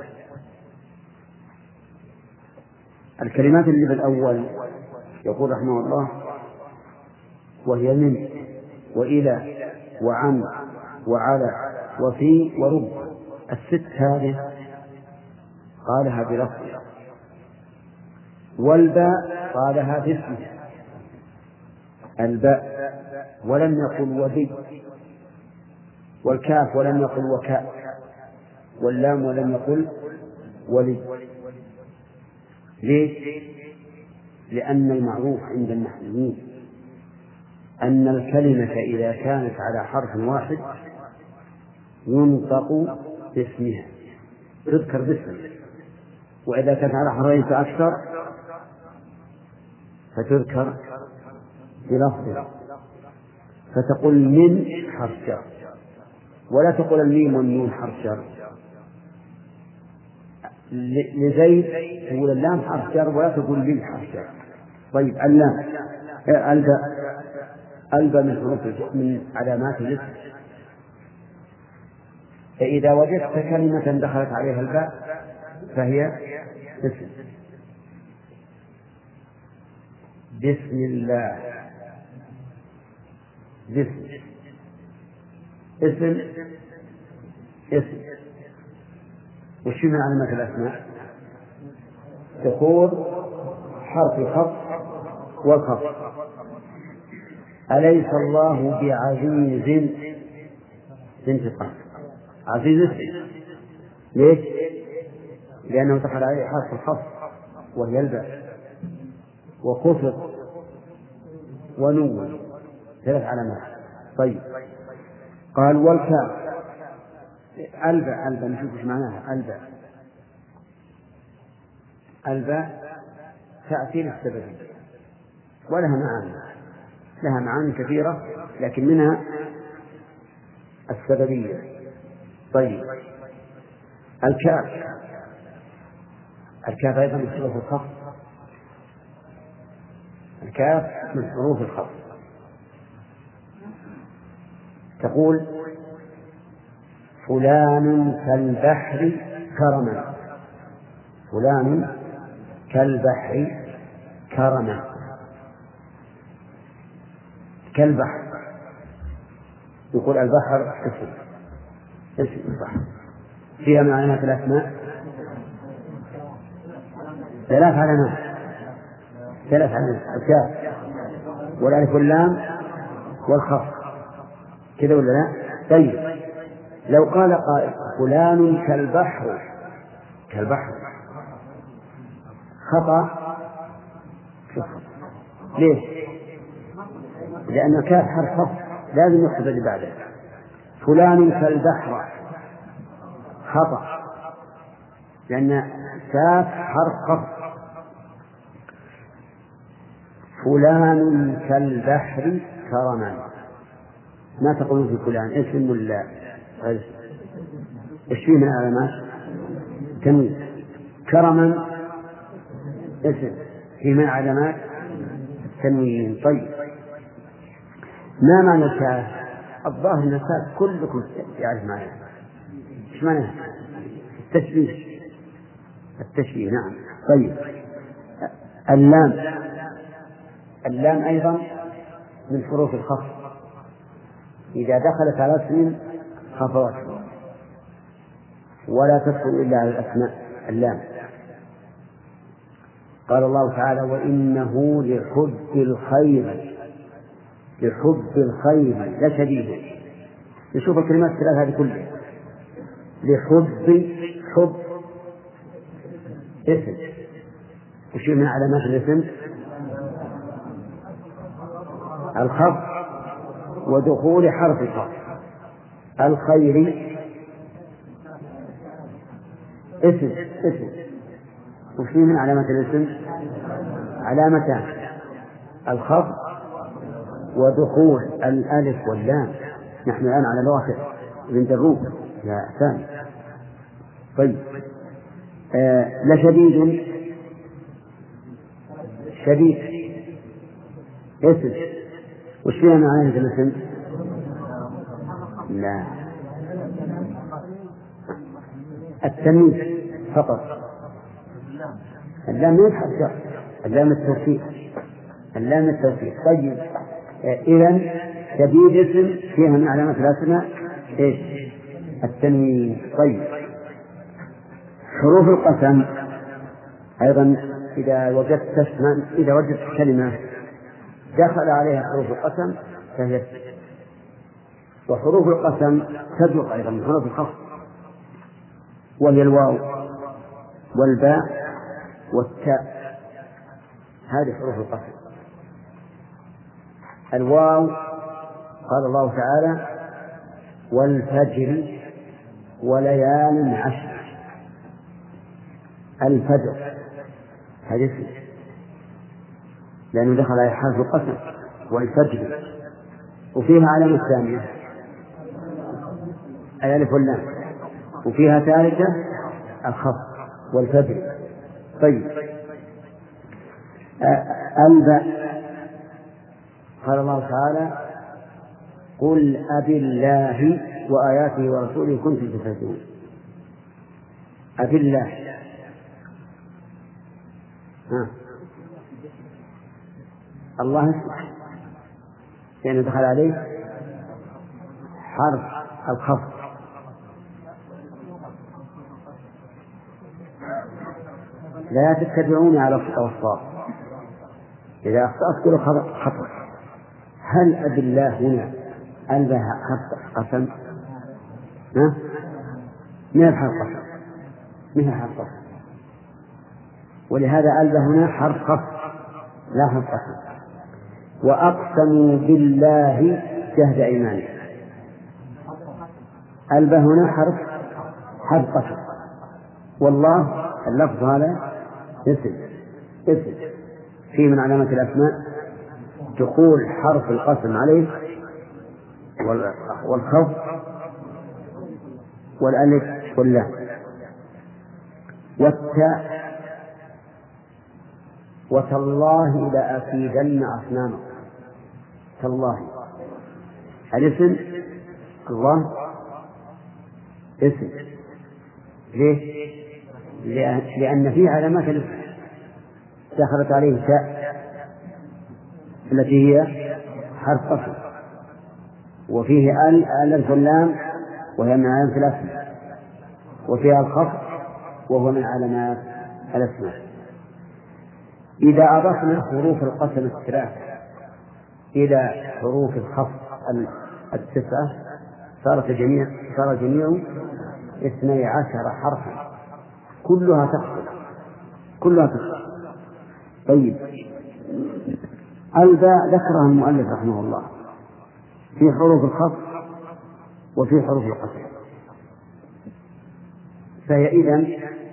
الكلمات اللي بالأول يقول رحمه الله وهي من وإلى وعن وعلى وفي ورب، الست هذه قالها بلفظ. والباء قالها باسمه الباء ولم يقل وبي، والكاف ولم يقل وكاء، واللام ولم يقل ولي. ليش؟ لأن المعروف عند النحويين أن الكلمة إذا كانت على حرف واحد ينطق باسمها، تذكر باسمها، وإذا كانت على حرفين فأكثر فتذكر بلفظها. فتقول من حرف جر، ولا تقول الميم والنون حرف جر. لزيد تقول اللام حرف جر ولا تقول من حرف جر. طيب اللام الباء الباء من حروف من علامات الاسم، فإذا وجدت كلمة دخلت عليها الباء فهي اسم. بسم الله، بسم، اسم، اسم. وش من علامات الأسماء؟ دخول حرف الخفض والخفض. أليس الله بعزيز انتقام؟ عزيز اسم. ليش؟ لأنه دخل عليه حرف الخفض وهي الباء، وخفض ونون، ثلاث علامات. طيب، قال والكاف الباء. الباء نشوف ايش معناها. الباء الباء تأتي للسببية ولها معاني، لها معاني كثيرة، لكن منها السببية. طيب، الكاف الكاف أيضا من حروف الخفض. الكاف من حروف الخفض. تقول فلان كالبحر كرما، فلان كالبحر كرما. كالبحر، يقول البحر اسم، اسم البحر. فيها من علامات الأسماء ثلاث علامات، ثلاث علامات: الكاف والألف واللام والخفض، كذا ولا لا؟ طيب، لو قال قائل فلان كالبحر، كالبحر، خطأ. ليش؟ لأن الكاف حرف خفض لازم يحسب اللي بعده. فلان كالبحر خطأ، لأن كاف حرف خفض. فلان كالبحر كرما، ما تقولون في فلان اسم ولا غير؟ ايش فيه من علامات؟ تمييز. كرما اسم، فيه من علامات تنوين. طيب، ما معنى الكاف؟ الظاهر ان الكاف كلكم يعرف معناه. ايش معناه؟ التشبيه، التشبيه. نعم. طيب، اللام اللام أيضا من حروف الخفض، إذا دخلت على اسم خفضت، ولا تدخل إلا على الأسماء. اللام قال الله تعالى وإنه لحب الخير، لحب الخير لشديد. نشوف الكلمات الثلاث هذه كلها. لحب، حب اسم، وشيء من علامات الاسم الخفض ودخول حرف الخفض. الخير اسم، اسم، وشيء من علامات الاسم علامتان: الخفض ودخول الألف واللام. نحن الآن على الواقع بن دروب يا ثاني. طيب، آه لشديد، شديد اسم، وش فيها معنى الاسم؟ لا، التمييز فقط. اللام يتحدث، اللام التوفيق، اللام التوفيق. طيب، إذن شديد اسم فيها من علامات الأسماء إيش؟ التنوين. طيب، حروف القسم أيضا إذا وجدت اسما، إذا وجدت كلمة دخل عليها حروف القسم فهي. وحروف القسم تدرك أيضا من حروف الخفض، وهي الواو والباء والتاء. هذه حروف القسم. الواو قال الله تعالى والفجر وليال عشر. الفجر هذه اسم، لأنه دخل على حرف القسم والفجر. وفيها علامة ثانية الألف واللام، وفيها ثالثة الخفض والفجر. طيب، الباء قال الله تعالى قل أبي الله وآياته ورسوله كنتم تستهزئون. أبي الله ها. الله يعني دخل عليه حرف الخفض، لا تتبعوني على الصواب. إذا أخطأت كل خطأ. هل أبي الله هنا ألبه حرف قسم؟ ها؟ من الحرف قسم، من الحرف قسم، ولهذا ألبه هنا حرف خفض لا حرف قسم. وأقسموا بالله جهد أيمانه، ألبه هنا حرف حرف قسم. والله اللفظ هذا اسم اسم فيه من علامة الأسماء دخول حرف القسم عليه والخفض والألف واللام والتاء. وتالله لأكيدن أصنامكم. تالله الاسم الله اسم. ليه؟ لأن فيه علامات الاسم دخلت عليه تاء التي هي حرف قسم، وفيه ال الف واللام وهي من علامات الاسماء، وفيها الخفض وهو من علامات الاسماء. إذا أضفنا حروف القسم الثلاثة إلى حروف الخفض التسعة صارت جميع صار جميع اثني عشر حرفا كلها تخفض كلها تخفض. طيب الباء ذكرها المؤلف رحمه الله في حروف الخفض وفي حروف القسم، فهي إذن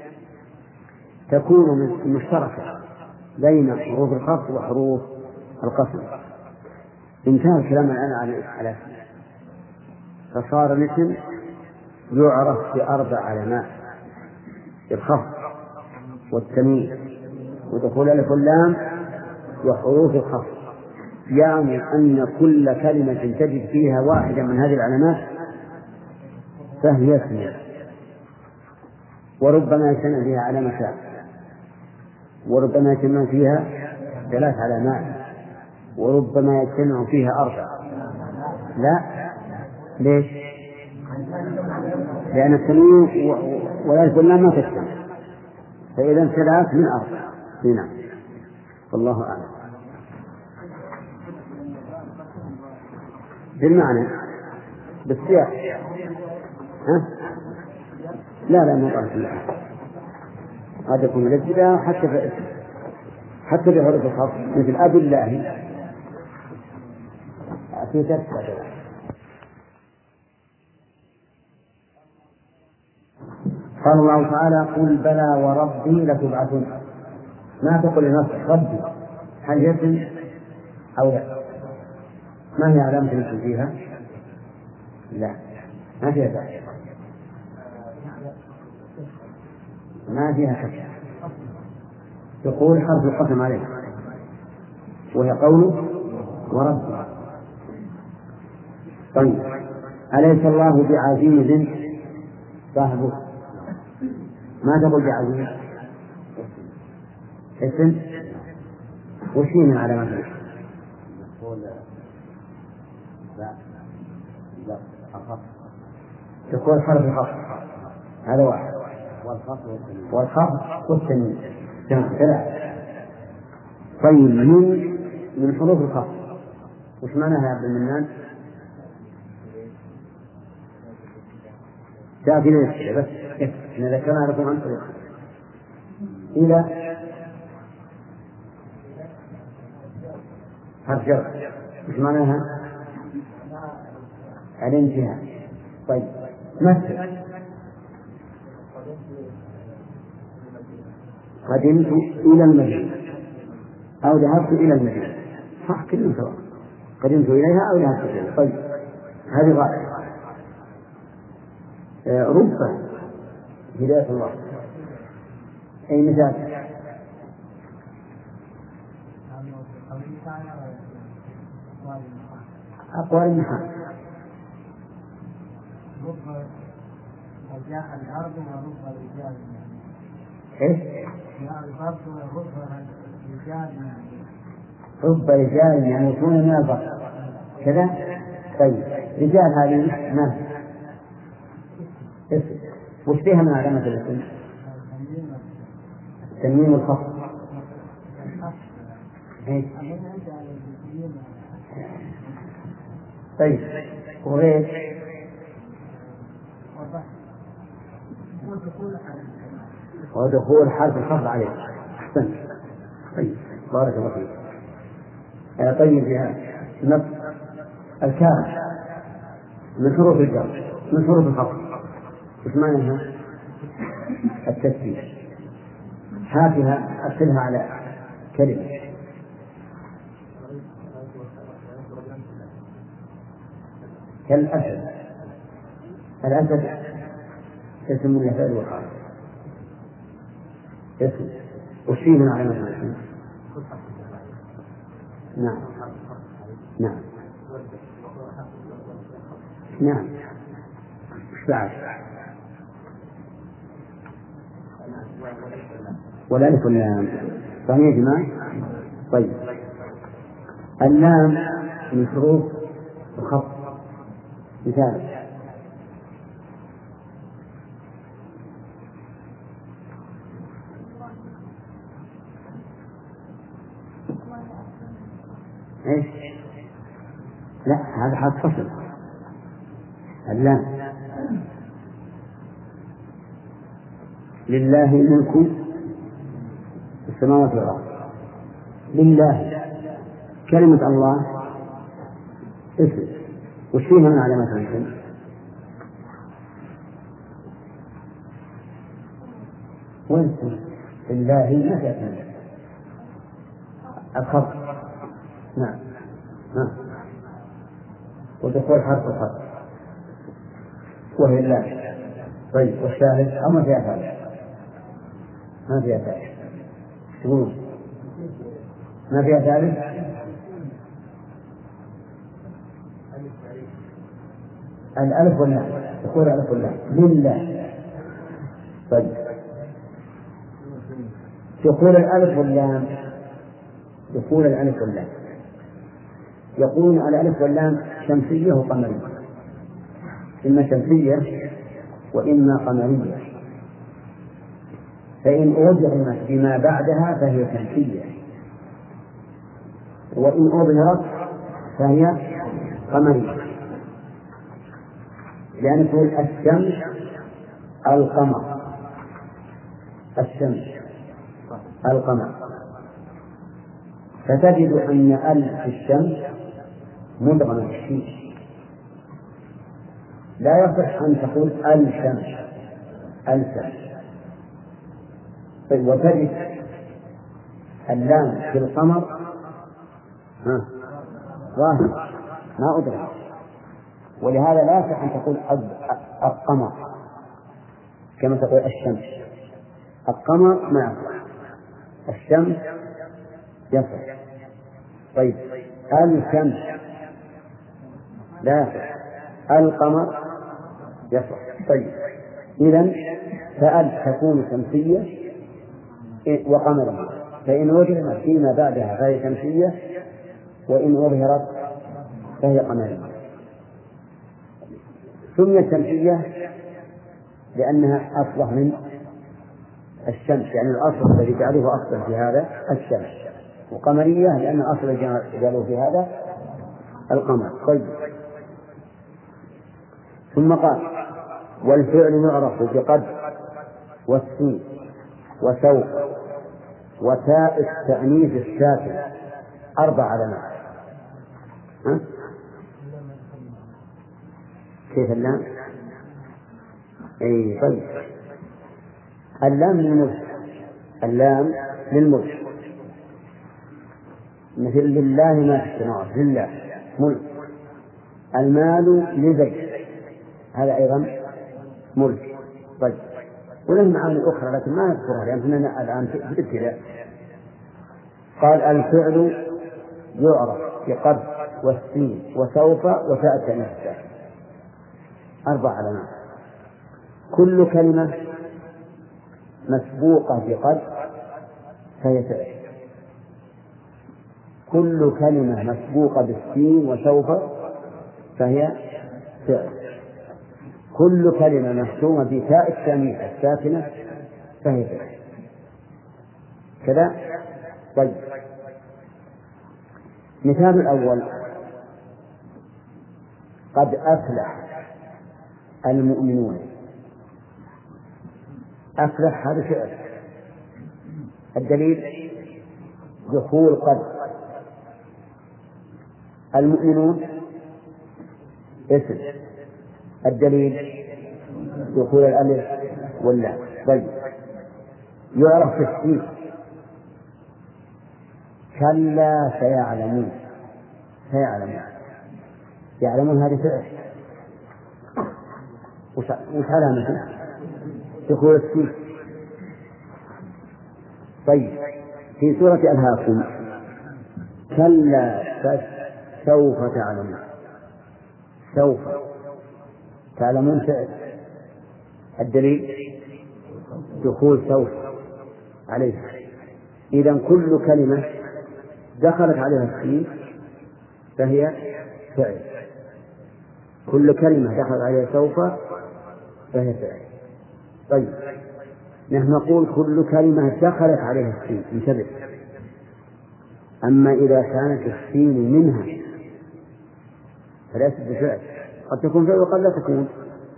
تكون مشتركة بين حروف الخفض وحروف القسم. انتهى الكلام الآن على اسم، فصار الاسم يعرف بأربع علامات: الخفض والتمييز ودخول الألف واللام وحروف الخفض. يعني أن كل كلمة تجد فيها واحدة من هذه العلامات فهي اسم، وربما يجتمع فيها علامتان، وربما يجتمع فيها ثلاث علامات، وربما يجتمع فيها أربع. لا، ليش؟ لأن التنوين والألف واللام ما تجتمع، فإذا ثلاث من أربع. نعم، والله أعلم. بالمعنى بالسياق. ها؟ لا لا ما قالت الله هذا يكون الابتداء حتى في حتى في حروف الخفض مثل أبي الله في تسعة. قال الله تعالى قل بلى وربي لتبعثن. ما تقول لنفسك ربي هل يسم أو لا؟ ما هي علامة الاسم فيها؟ لا ما فيها ذلك، ما فيها حكم. تقول حرف القسم عليه وهي قوله وربي. طيب أليس الله بعزيز صاحبه؟ ما تقول بعزيز اسم وشي من علامات الاسم؟ لا لا تقول حرف الخفض هذا واحد، والخفض والتنوين ثلاثة. طيب من من حروف الخفض وش معناها يا عبد المنان؟ تأتي ليش بس إحنا ذكرنا لكم عن طريق إلى حرف جر وش معناها؟ الانتهاء. طيب مثل قدمت إلى المدينة أو ذهبت إلى المدينة، صح كلهم سواء، قدمت إليها أو ذهبت إليها. طيب هذه غاية. آه ربما هداية الله أي مثال أقوال المحال. جاء الأرض ورب الرجال. إيه؟ جاء الأرض ورب الرجال. رب رجال يعني يكون من البر كذا. طيب رجال هذه ما اسم وش فيها من علامة الاسم؟ التنوين والخفض. إيه؟ طيب وغير ودخول حرف الخفض عليه. أحسن. طيب بارك الله فيك. طيب يا نص الكاف من حروف الجر من حروف الخفض ايش معناها؟ التسبيح. هاتها أرسلها على كلمة. كالأسد. الأسد اسم من الفعل والحرف. اسم وش فيه من علامة الاسم؟ نعم نعم نعم. ايش بعد؟ والألف واللام. صحيح يا جماعة؟ طيب اللام من حروف الخفض. مثال ايش؟ لا هذا حرف فصل. اللام لله ملك السماوات والأرض. لله كلمة الله اسم وش فيها من علامات الاسم؟ واسم لله ما تأتي الخط. نعم نعم. ودخول حرف الخط وهي الله. طيب والثالث أو ما فيها ثالث؟ ما فيها ثالث. تقول ما فيها ثالث؟ الألف واللام. تقول الألف واللام لله. طيب تقول الألف واللام. يقول الألف واللام يقول على الألف واللام شمسية وقمرية. إما شمسية وإما قمرية. فإن أظهرت بما بعدها فهي شمسية وإن أظهرت فهي قمرية. لأن تقول الشمس القمر. الشمس القمر. فتجد أن ألف الشمس مدغمة الشمس. لا يصح أن تقول الشمس الشمس. وتجد اللام في القمر ظاهر ما أدرك. ولهذا لا يصح أن تقول القمر كما تقول الشمس. القمر ما يصح. الشمس يصح. طيب الشمس لا يصح. القمر يصح. طيب إذن فأل تكون شمسية وقمرية. فإن وجدت فيما بعدها فهي شمسية وإن أظهرت فهي قمرية. سميت شمسية لأنها أصلح من الشمس يعني الأصل الذي جعله أصلا في هذا الشمس. وقمرية لأن الأصل الذي جعله في هذا القمر. طيب ثم قال والفعل يعرف بقد والسين وسوف وتاء التأنيث الساكن. أربع علامات. ها؟ كيف اللام؟ أي طيب اللام للملك. اللام للملك مثل لله ما في السماوات. لله ملك. المال لزيد هذا أيضا ملك. طيب ولهم معاني أخرى لكن ما نذكرها لأننا الآن في الابتداء. قال الفعل يعرف بقد والسين وسوف وتاء التأنيث الساكنة، أربع علامات. كل كلمة مسبوقة بقد فهي فعل. كل كلمة مسبوقة بالسين وسوف فهي فعل. كل كلمة مختومة بتاء التأنيث الساكنة فهي فعل. كذا. طيب، مثال الأول: قد أفلح المؤمنون. أفلح هذا فعل. الدليل دخول قد. المؤمنون اسم. الدليل دخول الألف واللام. طيب، يعرف تفسير كلا سيعلمون. سيعلمون يعلمون هذه فعل. وش علامته؟ دخول السين. طيب، في سورة ألهاكم: كلا سوف تعلمون. سوف تعلمون فعل. الدليل دخول سوف عليه. إذن كل كلمة دخلت عليها السين فهي فعل. كل كلمة دخلت عليها سوف فهي فعل. طيب، نحن نقول كل كلمة دخلت عليها السين. انتبه. أما إذا كانت السين منها فليست بفعل. قد تكون فعل وقد لا تكون.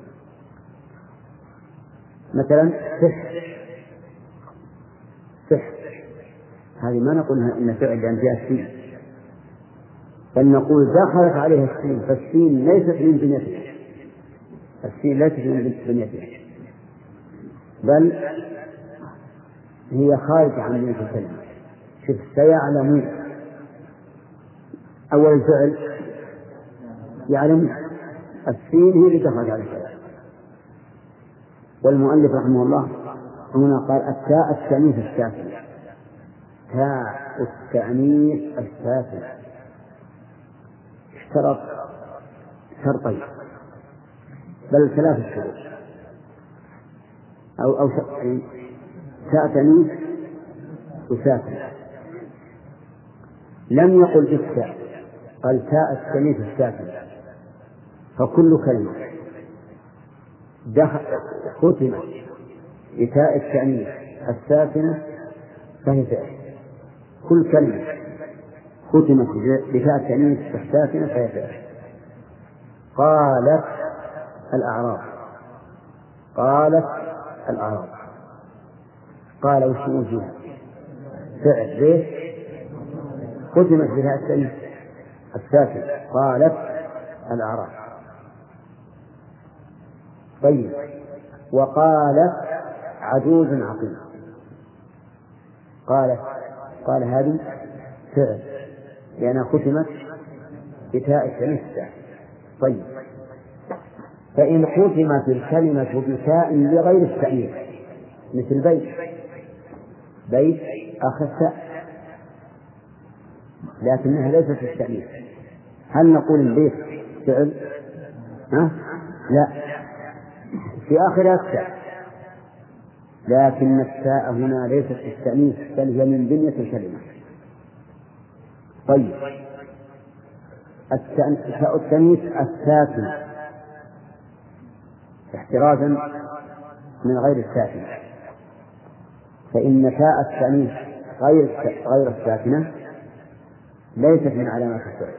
مثلا سح. سح هذه ما نقول إن فعل لأن فيها السين، بل نقول دخلت عليها السين، فالسين ليست من بنيتها. السين ليست من بنيتها، بل هي خارجة عن بنية الكلمة. شوف: سيعلمون. أول الفعل يعلم، السين هي اللي دخلت على الفعل. والمؤلف رحمه الله هنا قال التاء التأنيث الساكنة. تاء التأنيث الساكنة اشترط شرطين، بل ثلاث شروط أو أو شرطين: تاء تأنيث وساكنة. لم يقل بالتاء، قال تاء التأنيث الساكنة. فكل كلمة ختمت بتاء التأنيث الساكنة فهي فعل. كل كلمة ختمت بتاء التأنيث الساكنة فهي فعل. قالت الأعراب. قالت الأعراب. قال وش فيها؟ فعل. ليش؟ ختمت بتاء التأنيث الساكنة. قالت الأعراب. طيب، وقالت عجوز عقيم. قالت قال هذه فعل لأنها ختمت بتاء التأنيث الساكنة. طيب، فإن ختمت الكلمة بتاء لغير التأنيث مثل بيت. بيت أخذ تاء لكنها ليست التأنيث، هل نقول البيت فعل؟ ها؟ لا، في آخرها التاء، لكن التاء هنا ليست التأنيث بل هي من بنية الكلمة. طيب، تاء التأنيث الساكنة احترازا من غير الساكنة، فإن تاء التأنيث غير غير الساكنة ليست من علامات الفعل.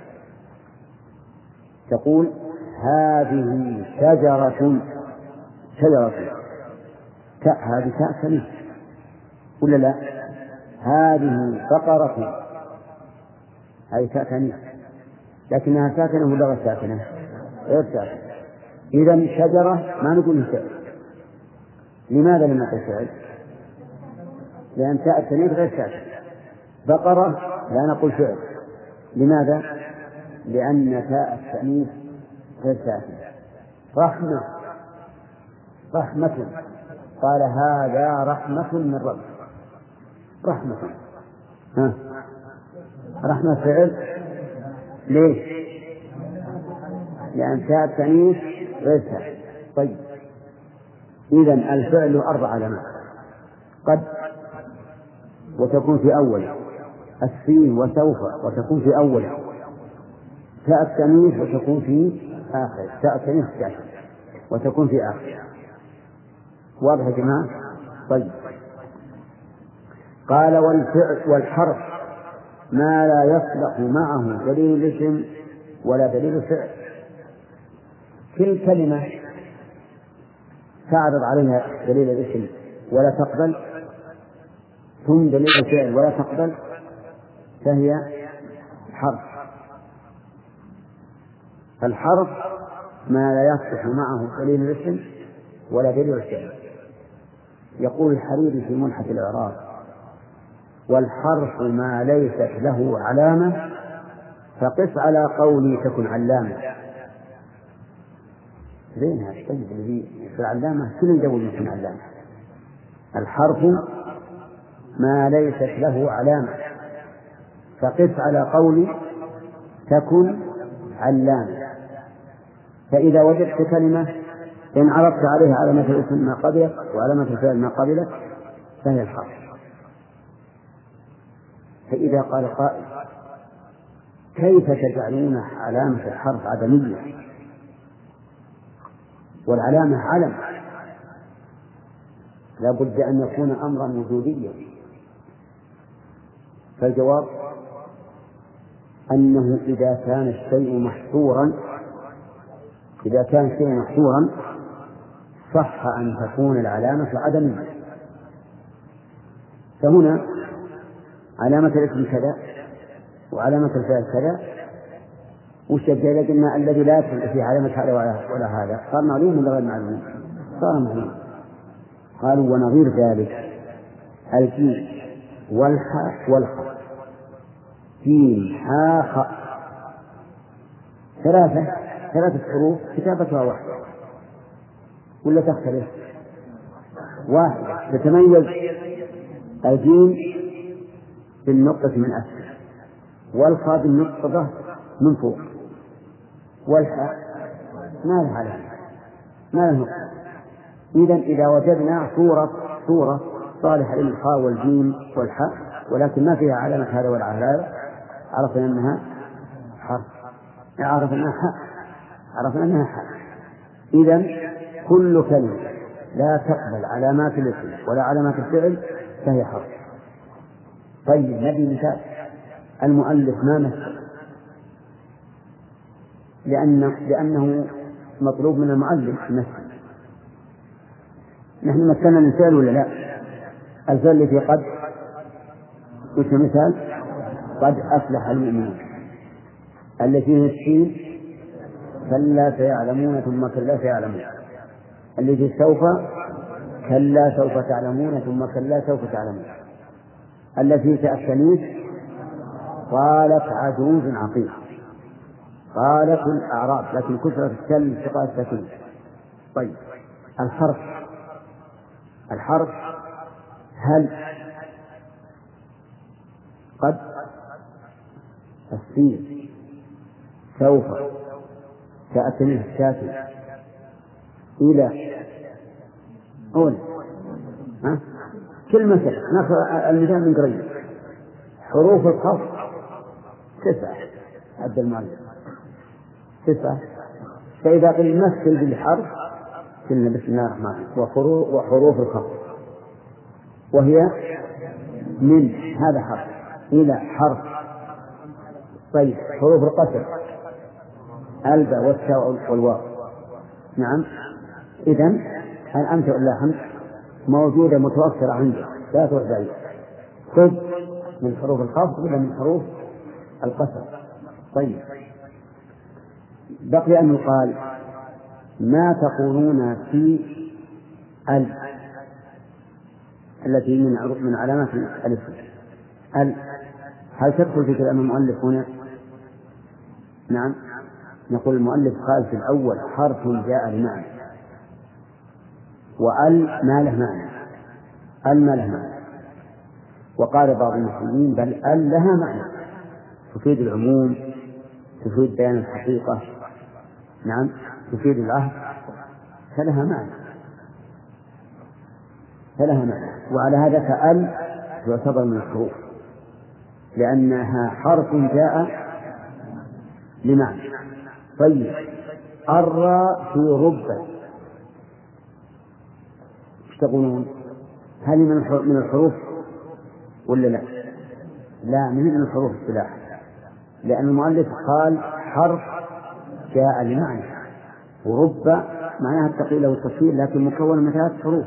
تقول هذه شجرة. شجرة تاء، هذه تاء تأنيث ولا لا؟ هذه بقرة، هذه تاء تأنيث لكنها ساكنة ولا غير ساكنة؟ غير ساكنة. إذن شجرة ما نقول فعل. لماذا لم نقل فعل؟ لأن تاء التأنيث غير ساكنة. بقرة لا نقول فعل. لماذا؟ لأن تاء التأنيث غير ساكنة. رحمة. رحمة قال هذا رحمة من رب. رحمة ها رحمة فعل ليش؟ لأن تاء التأنيث غير تاء. طيب إذن الفعل أربع علامات: قد وتكون في أول، السين وسوف وتكون في أول، تاء التأنيث وتكون في آخر، تاء التأنيث وتكون في آخر. واضح يا جماعة؟ طيب قال: والفعل والحرف ما لا يصلح معه دليل الاسم ولا دليل الفعل. كل كلمة تعرض عليها دليل الاسم ولا تقبل، ثم دليل الفعل ولا تقبل، فهي حرف. فالحرف ما لا يصلح معه دليل الاسم ولا دليل الفعل. يقول الحريري في ملحة الإعراب: والحرف ما ليست له علامة فقس على قولي تكن علامة. زين هذا الشيء الذي في العلامة كل يدور يكون علامة. الحرف ما ليست له علامة فقس على قولي تكن علامة. فإذا وجدت كلمة إن عرضت عليها علامة الاسم ما قبلت وعلامة الفعل ما قبلت فهي الحرف. فإذا قال قائل: كيف تجعلون علامة الحرف عدمية والعلامة علم؟ لا بد أن يكون أمرا وجوديا. فالجواب أنه إذا كان الشيء محصورا إذا كان الشيء محصورا صح أن تكون العلامة عدمية. فهنا علامة الاسم كذا وعلامة الفعل كذا، وش يبقى؟ قلنا الذي لا يدخل في علامة هذا ولا هذا صار معلوم ولا غير معلوم؟ صار معلوم. قالوا: ونظير ذلك الجيم والحاء والخاء. جيم حاء خاء ثلاثة ثلاثة حروف كتابتها واحدة ولا تختلف؟ واحدة. تتميز الجيم بالنقطة من أسفل، والخاء بالنقطة من فوق، والحاء ما لها علامة ما لها نقطة. إذن إذا وجدنا صورة صورة صالحة للخاء والجيم والحاء ولكن ما فيها علامة هذا ولا هذا، عرفنا أنها حرف، عرفنا أنها حاء، عرفنا أنها حاء. إذن كل كلمة لا تقبل علامات الاسم ولا علامات الفعل فهي حرف. طيب نبي مثال. المؤلف ما مثل لأن لأنه مطلوب من المؤلف مثل. نحن مثلنا المثال ولا لا؟ الفعل اللي في قد وش مثال؟ قد أفلح المؤمنون. اللي فيه السين كلا سيعلمون ثم كلا سيعلمون. اللي فيه سوف كلا سوف تعلمون ثم كلا سوف تعلمون. التي تأتنيس قالت عجوز عقيم. قالت الأعراب لكن كثرة الكلم ثقة السكين. طيب الحرف الحرف هل قد السين سوف تأتنيس الساكن إلى أول ها كل مثل نقرأ المثال من قريب. حروف الخفض تسعة عبد المعلم تسعة. فإذا قيل مثل بالحرف قلنا بسم الله الرحمن الرحيم وحروف الخفض وهي من هذا حرف إلى حرف. طيب حروف القصر الباء والتاء والواو. نعم. إذن الأمثلة اللحم موجودة متوفرة عندك لا تروح بعيد. خذ من حروف الخفض ولا من حروف القصر. طيب بقي أن يقال ما تقولون في ال التي من من علامات الاسم. ال هل تدخل في كلام المؤلف هنا؟ نعم. نقول المؤلف قال في الأول حرف جاء بمعنى، وأل ما له معنى، أل ما له معنى. وقال بعض المسلمين بل أل لها معنى تفيد العموم تفيد بيان الحقيقة، نعم تفيد العهد، فلها معنى فلها معنى وعلى هذا فأل يعتبر من الحروف لأنها حرف جاء لمعنى. طيب الراء في ربة ايش تقولون؟ هل من الحروف ولا لا؟ لا، من الحروف السلاح، لأن المؤلف قال حرف جاء لمعنى، ورب معناها التقليل أو التصوير لكن مكون من ثلاث حروف.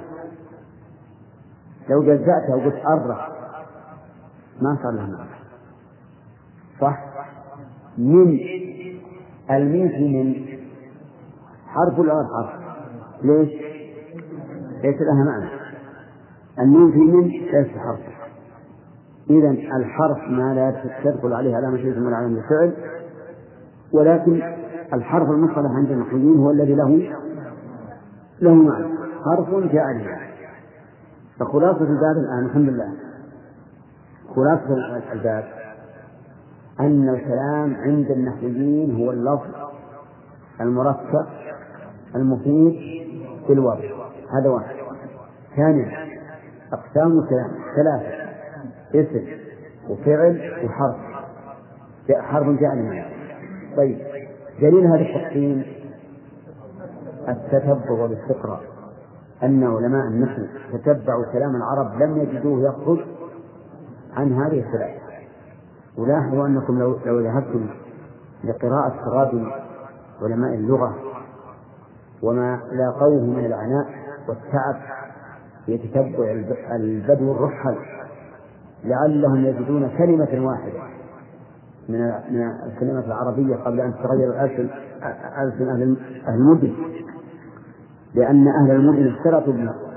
لو جزأتها وقلت أرى ما صار لها معنى، صح؟ من الميم في من حرف ولا غير حرف؟ ليش؟ ليس لها معنى. الميم في من ليس حرف. إذن الحرف ما لا تدخل عليه علامة شيء من علامة الفعل، ولكن الحرف المصطلح عند النحويين هو الذي له له معنى، حرف جاء لمعنى. فخلاصة الباب الآن الحمد لله، خلاصة الباب أن الكلام عند النحويين هو اللفظ المركب المفيد في الوضع، هذا واحد. ثانيا أقسام الكلام ثلاثة: اسم وفعل وحرف، حرف جاء لمعنى. طيب دليل هذا التقسيم التتبع والاستقراء، أن علماء النحو تتبعوا كلام العرب لم يجدوه يخرج عن هذه الثلاثة. ولاحظوا أنكم لو لو ذهبتم لقراءة تراجم علماء اللغة وما لاقوه من العناء والتعب في تتبع البدو الرحل لعلهم يجدون كلمة واحدة من من الكلمات العربية قبل أن تتغير ألسن ألسن أهل المدن، لأن أهل المدن اشترطوا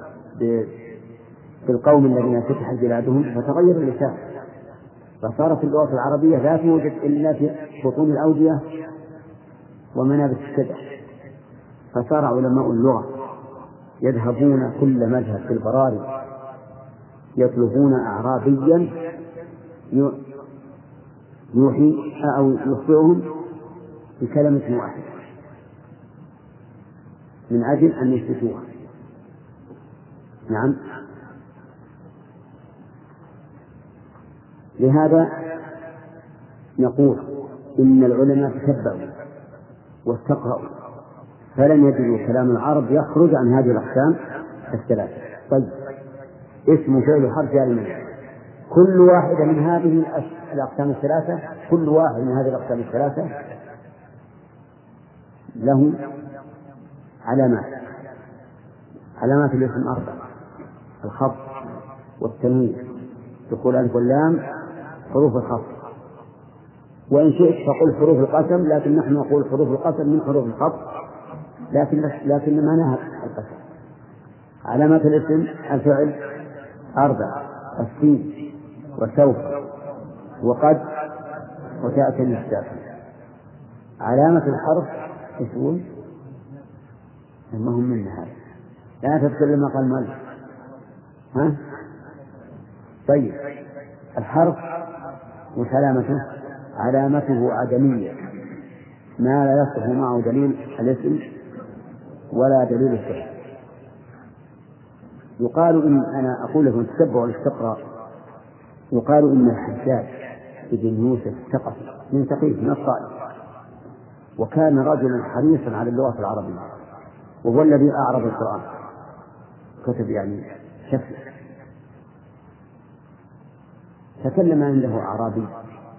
بالقوم الذين فتحت بلادهم فتغير اللسان، فصارت اللغة العربية لا توجد إلا في بطون الأودية ومنابت الشجر. فصار علماء اللغة يذهبون كل مذهب في البراري يطلبون أعرابيا يوحي أو يخبرهم بكلمة واحدة من أجل أن يثبتوها. نعم، لهذا نقول إن العلماء تتبعوا واستقرأوا فلم يجدوا كلام العرب يخرج عن هذه الأقسام الثلاثة. طيب اسم فعل حرف جاء لمعنى، كل واحدة من هذه الأقسام الثلاثة كل واحد من هذه الأقسام الثلاثة له علامات. علامات الاسم أربعة: الخفض والتنوين، دخول ألف واللام، حروف الخفض، وإن شئت فقل حروف القسم، لكن نحن نقول حروف القسم من حروف الخفض، لكن لكن معناها القسم. علامات الاسم الفعل أربعة: السين وسوف وقد وتأتي الساكن. علامة الحرف اسم ما هم من هذا، لا تذكر لما قال مالك. ها؟ طيب الحرف وش علامته؟ علامته عدمية، ما لا يصح معه دليل الاسم ولا دليل الفعل. يقال إن أنا أقول لكم تتبعوا الاستقراء، يقال إن الحجاج ابن يوسف الثقفي من ثقيف من الطائف، وكان رجلا حريصا على اللغة العربية، وهو الذي أعرب القرآن، كتب يعني شكل. تكلم عنده أعرابي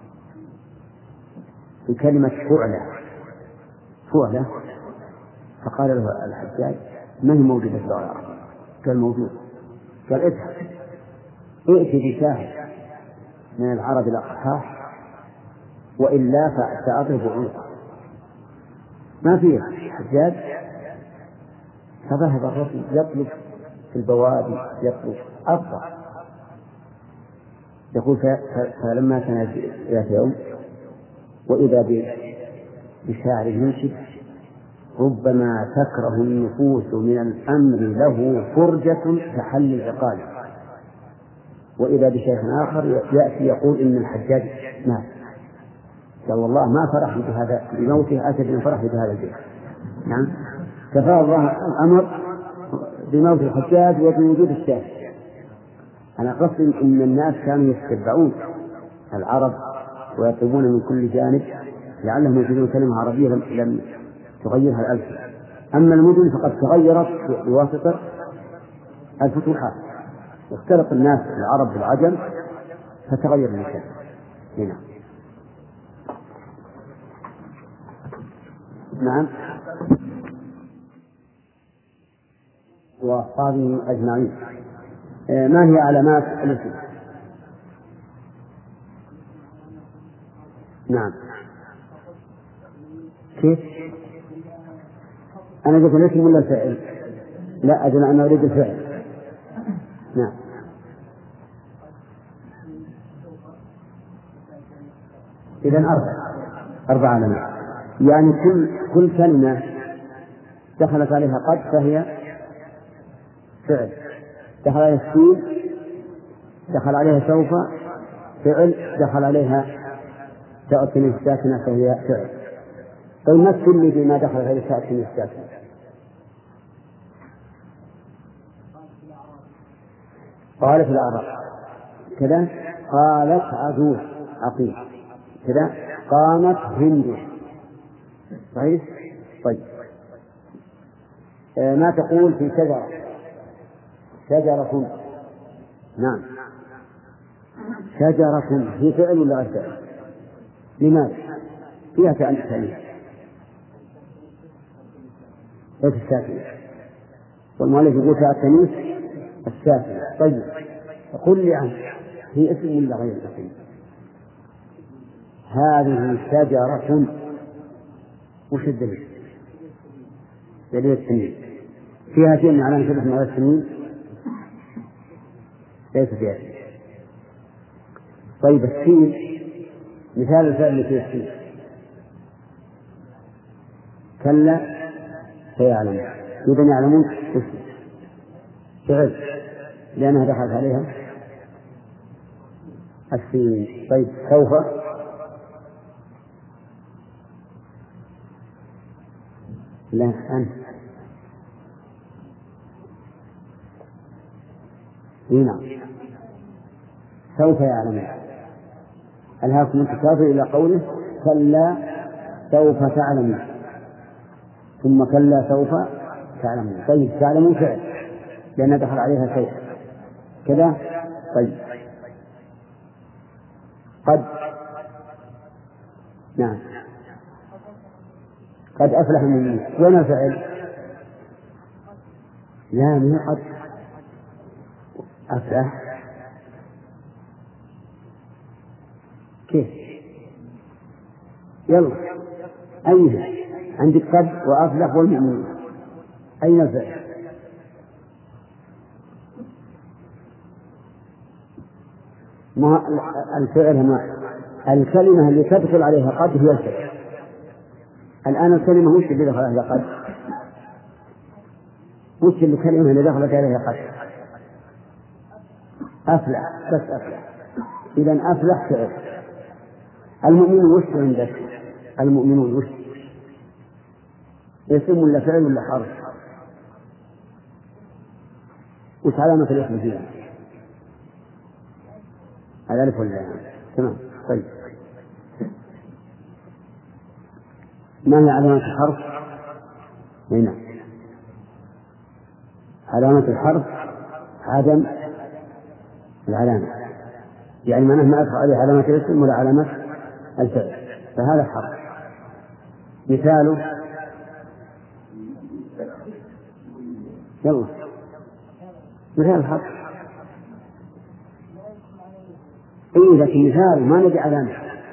بكلمة فعلة فعلة، فقال له الحجاج: ما هي موجودة في اللغة العربية؟ قال: موجود. قال: اذهب ائت بشاهد من العرب الأقحاح وإلا فسأضرب عنقه. ما فيه حجاج. فذهب الرجل يطلب في البوادي يطلب أفضل. يقول: فلما كان ذات يوم وإذا بشاعر ينشد: ربما تكره النفوس من الأمر له فرجة كحل العقال. وإذا بشيخ آخر يأتي يقول إن الحجاج مات. قال والله ما فرح بهذا بموته أشد من فرح بهذا البيت. نعم كفى الله الأمر بموت الحجاج وبوجود الشافعي. أنا قصدي أن الناس كانوا يتتبعون العرب ويطلبون من كل جانب لعلهم يجدون كلمة عربية لم, لم تغيرها الألسنة. أما المدن فقد تغيرت بواسطة الفتوحات، واختلط الناس العرب بالعجم فتغير المكان. هنا نعم وأصحابه أجمعين. ما هي علامات الاسم؟ نعم كيف؟ أنا قلت الاسم ولا الفعل؟ لا أجل أنا أريد الفعل. نعم إذن أربع أربع علامات، يعني كل كل كلمة دخلت عليها قد فهي فعل، دخل عليها السين دخل عليها سوف فعل، دخل عليها تاء التنوين الساكنة فهي فعل. طيب مثل لي بما دخل عليه تاء التنوين الساكنة. قالت الأعراب كذا، قالت عجوز عقيم كذا، قامت هند. صحيح؟ طيب آه ما تقول في شجرة؟ شجرة. نعم شجرة في فعل ولا غير فعل؟ لماذا؟ فيها تأنيث ليس الساكنة، والمؤلف يقول فيها التأنيث الساكنة. طيب قل لي عنه، هي اسم ولا غير اسم؟ هذه شجرة وش الدليل؟ دليل التنوين. فيها شيء من علامة الاسم على التنوين؟ ليس فيها شيء. طيب السين مثال الفعل اللي فيه السين كلا سيعلم، إذا يعلمون اسم فعل لأنها دخلت عليها السين. طيب سوف لا أنت هنا سوف يعلمون. ألهاكم التكاثر إلى قوله كلا سوف تعلمون، ثم كلا سوف تعلمون. طيب تعلمون فعل لأن دخل عليها شيء كذا. طيب قد نعم قد أفلح المؤمنون، وين الفعل؟ لا من قد أفلح كيف؟ يلا أيها عندك قد وأفلح والمؤمنون، أين الفعل؟ ما الفعل ما الكلمة اللي تدخل عليها قد هي الفعل. الآن الكلمة وش اللي دخل عليها قد؟ وش الكلمة اللي دخلت عليها قد؟ أفلح، بس أفلح. إذن أفلح فعل. المؤمنون وش عندك؟ المؤمنون وش؟ اسم ولا فعل ولا حرف؟ وش علامة الاسم فيها؟ الألف ولا تمام. طيب ما هي علامة الحرف؟ هنا علامة الحرف عدم العلامة، يعني معناه ما أدخل عليه علامة الاسم ولا علامة الفعل، فهذا حرف. مثاله يلا مثال الحرف إيه، لكن مثال ما نجي علامة.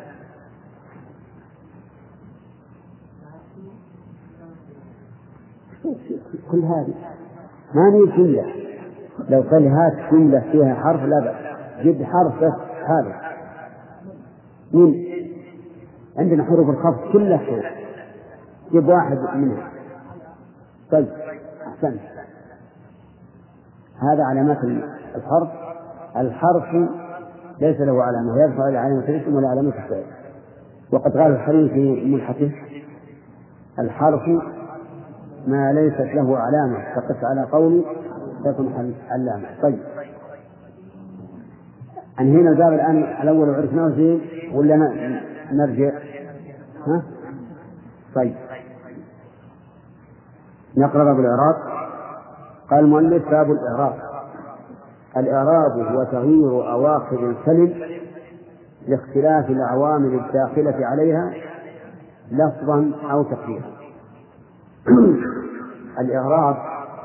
كل هذه ما نجي جملة. لو قال هات جملة فيها حرف لا بأس، جد حرف بس. هذا من عندنا حروف الخفض كلها حروف، جيب واحد منها. طيب أحسن، هذا علامات الحرف. الحرف ليس له علامة، يدخل على علامة الاسم ولا علامة الفعل. وقد قال الحريري في ملحته: الحرف ما ليست له علامة فقس على قولي تكن علامة. طيب، أنهينا الباب الآن الأول وعرفناه زين ولا نرجع؟ ها؟ طيب، نقرأ باب الإعراب. قال المؤلف: باب الإعراب. الإعراب هو تغيير أواخر الكلم لاختلاف العوامل الداخلة عليها لفظا أو تقديرا. الإعراب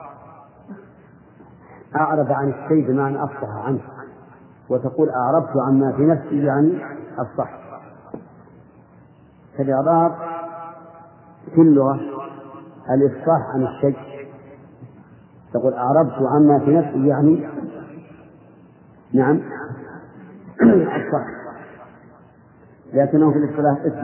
أعرب عن الشيء بمعنى أفصح عنه، وتقول أعربت عما في نفسي يعني أفصح. فالإعراب في اللغة الإفصاح عن الشيء، تقول أعربت عما في نفسي يعني نعم أفصح، لكنه في الاصطلاح اسم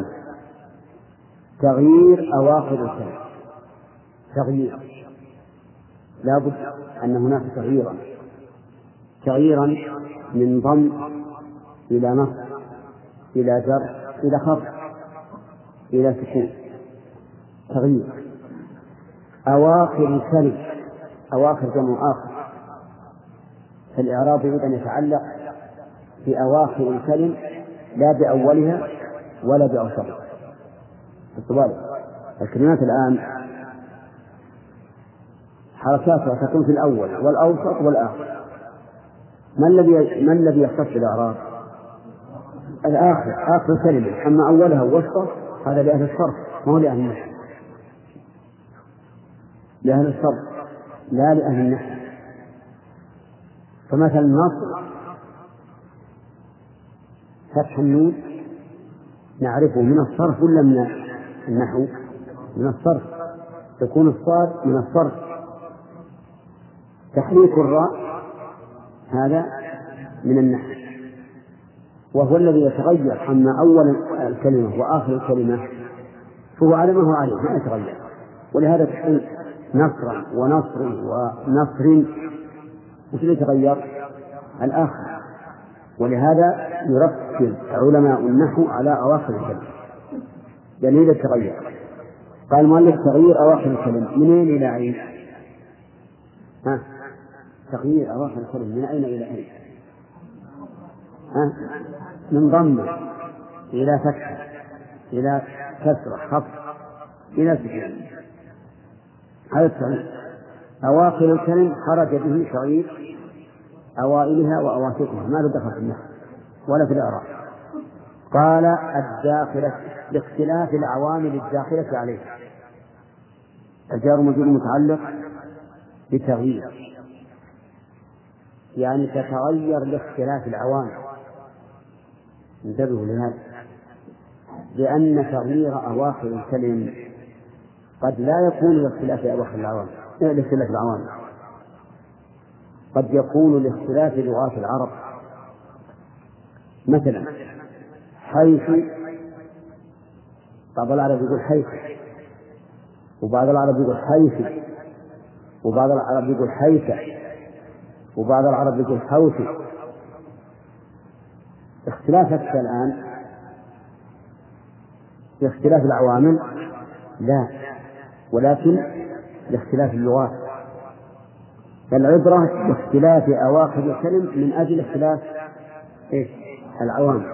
تغيير أواخر الكلام. تغيير لا بد أن هناك تغييرا، تغييرا من ضم إلى نصب إلى جر إلى خفض إلى سكون، تغيير. أواخر الكلم، أواخر جمع آخر، فالإعراب يريد أن يتعلق بأواخر الكلم لا بأولها ولا بأوسطها. السؤال: الكلمات الآن حركاتها تكون في الأول والأوسط والآخر، ما الذي ما الذي يختص بالإعراب؟ الآخر، آخر الكلمة. أما أولها ووسطها هذا لأهل الصرف، ما هو لأهل النحو. لأهل الصرف لا لأهل النحو. فمثلا النصر فتح النون نعرفه من الصرف ولا من النحو؟ من الصرف، تكون الصاد من الصرف. تحريك الراء هذا من النحو، وهو الذي يتغير. أما أول الكلمة وآخر الكلمة فهو على ما هو عليه ما يتغير. ولهذا تحريك نصرا ونصر ونصر وش اللي يتغير؟ الآخر. ولهذا يركز علماء النحو على أواخر الكلمة دليل التغير. قال المؤلف: تغيير أواخر الكلمة منين إلى أين؟ ها؟ تغيير أواخر الكلمة من أين إلى أين؟ ها؟ من ضمة إلى فتحة إلى كسرة خفض إلى سكون. هذا التغيير. أواخر الكلم خرج به تغيير أوائلها وأواسطها، ما له دخل في النحو ولا في الإعراب. قال: الداخلة لاختلاف العوامل الداخلة عليها. الجار والمجرور متعلق بتغيير، يعني تتغير لاختلاف العوامل. انتبهوا لهذا، لأن تغيير أواخر الكلم قد لا يكون لاختلاف أواخر العوامل لاختلاف العوامل قد يكون لاختلاف لغات العرب. مثلا حيث، بعض العرب يقول حيث، وبعض العرب يقول حيث، وبعض العرب يقول حيث، وبعض العرب يقول حوث. اختلافك الآن لاختلاف العوامل لا، ولكن لاختلاف اللغات. فالعبرة باختلاف أواخر الكلم من أجل اختلاف إيه؟ العوامل.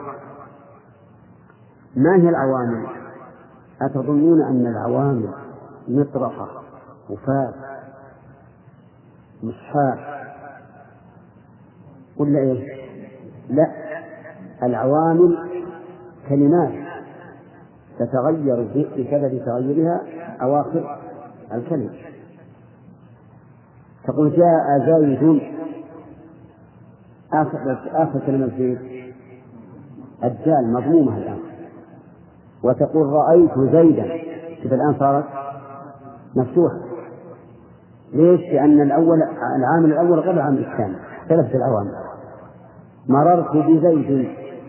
ما هي العوامل؟ أتظنون أن العوامل مطرقة وفاة مصحاء ولا إيه؟ لا، العوامل كلمات تتغير بسبب تغيرها أواخر الكلمة. تقول جاء زيد، آخر آخر كلمة زيد الجال مضمومة الآن، وتقول رأيت زيدا، كيف الآن صارت مفتوحة. ليش؟ لأن الأول العامل الأول غير العامل الثاني، اختلفت العوامل. مررت بزيد،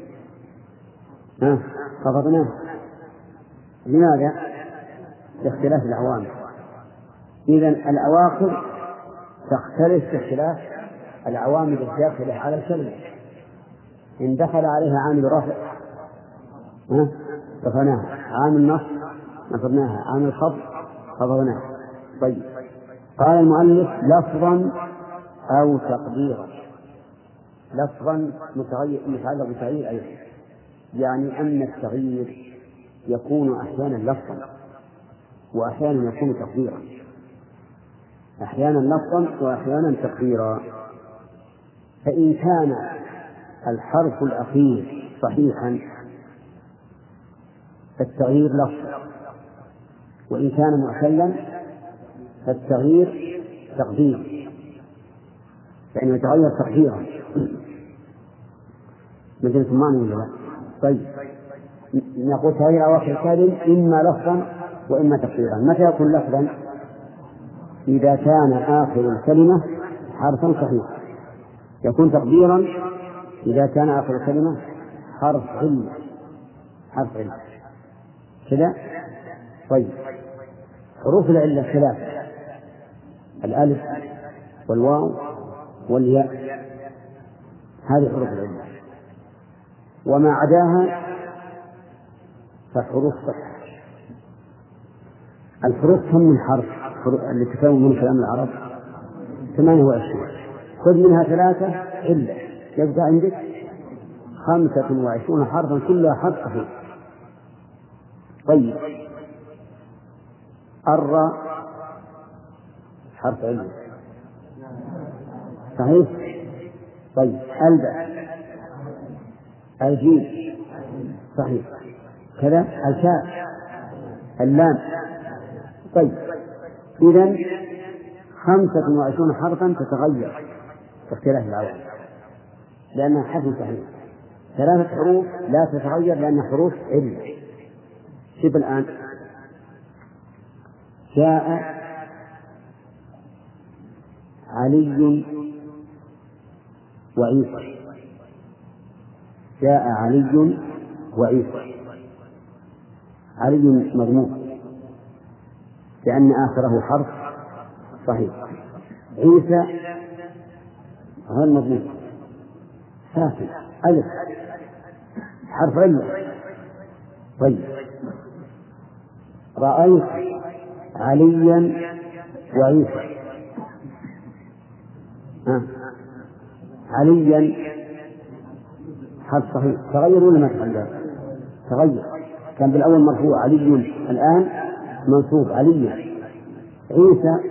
ها خفضناه. لماذا؟ لاختلاف العوامل. إذن الأواخر تختلف باختلاف العوامل الداخلة على الكلمة. إن دخل عليها عامل رفع رفعناها، عام النصب نصبناها، عام الخفض خفضناها. طيب قال المؤلف لفظا أو تقديرا. لفظا متعلق بتغيير أيضا، يعني أن التغيير يكون أحيانا لفظا وأحيانا يكون تقديرا، أحيانا لفظا وأحيانا تقديرا. فإن كان الحرف الأخير صحيحا فالتغيير لفظ، وإن كان معتلا فالتغيير تقدير، يعني يتغير تقديرا. مثل سمعني ولا لا؟ طيب نقول تغيير أواخر الكلم إما لفظا وإما تقديرا. متى يكون لفظا؟ إذا كان آخر الكلمة حرفا صحيحا. يكون تقديرا إذا كان آخر الكلمة حرف علة، حرف علة كذا. طيب حروف العلة ثلاثة: الألف والواو والياء، هذه حروف العلة. وما عداها فحروف صحة. الحروف كم من حرف اللي تكون من كلام العرب؟ ثمانية وعشرين. خذ منها ثلاثة علة، يبقى عندك خمسة وعشرون حرفا كلها حرف صحيح. طيب الراء حرف علة صحيح. طيب الباء الجيم صحيح كذا. الكاف اللام. طيب إذن خمسة وعشرون حرفا تتغير باختلاف العوامل لأنها حرف صحيح. ثلاثة حروف لا تتغير لأنها حروف علة. شوف الآن: جاء علي وعيسى. جاء علي وعيسى. علي مضموم لأن آخره حرف صحيح. عيسى غير مضموم ساكن ألف حرف علة. طيب رأيت عليا وعيسى. آه. عليا حرف صحيح. تغير ولا ما تغير؟ تغير. كان بالأول مرفوع علي، الآن منصوب عليا. عيسى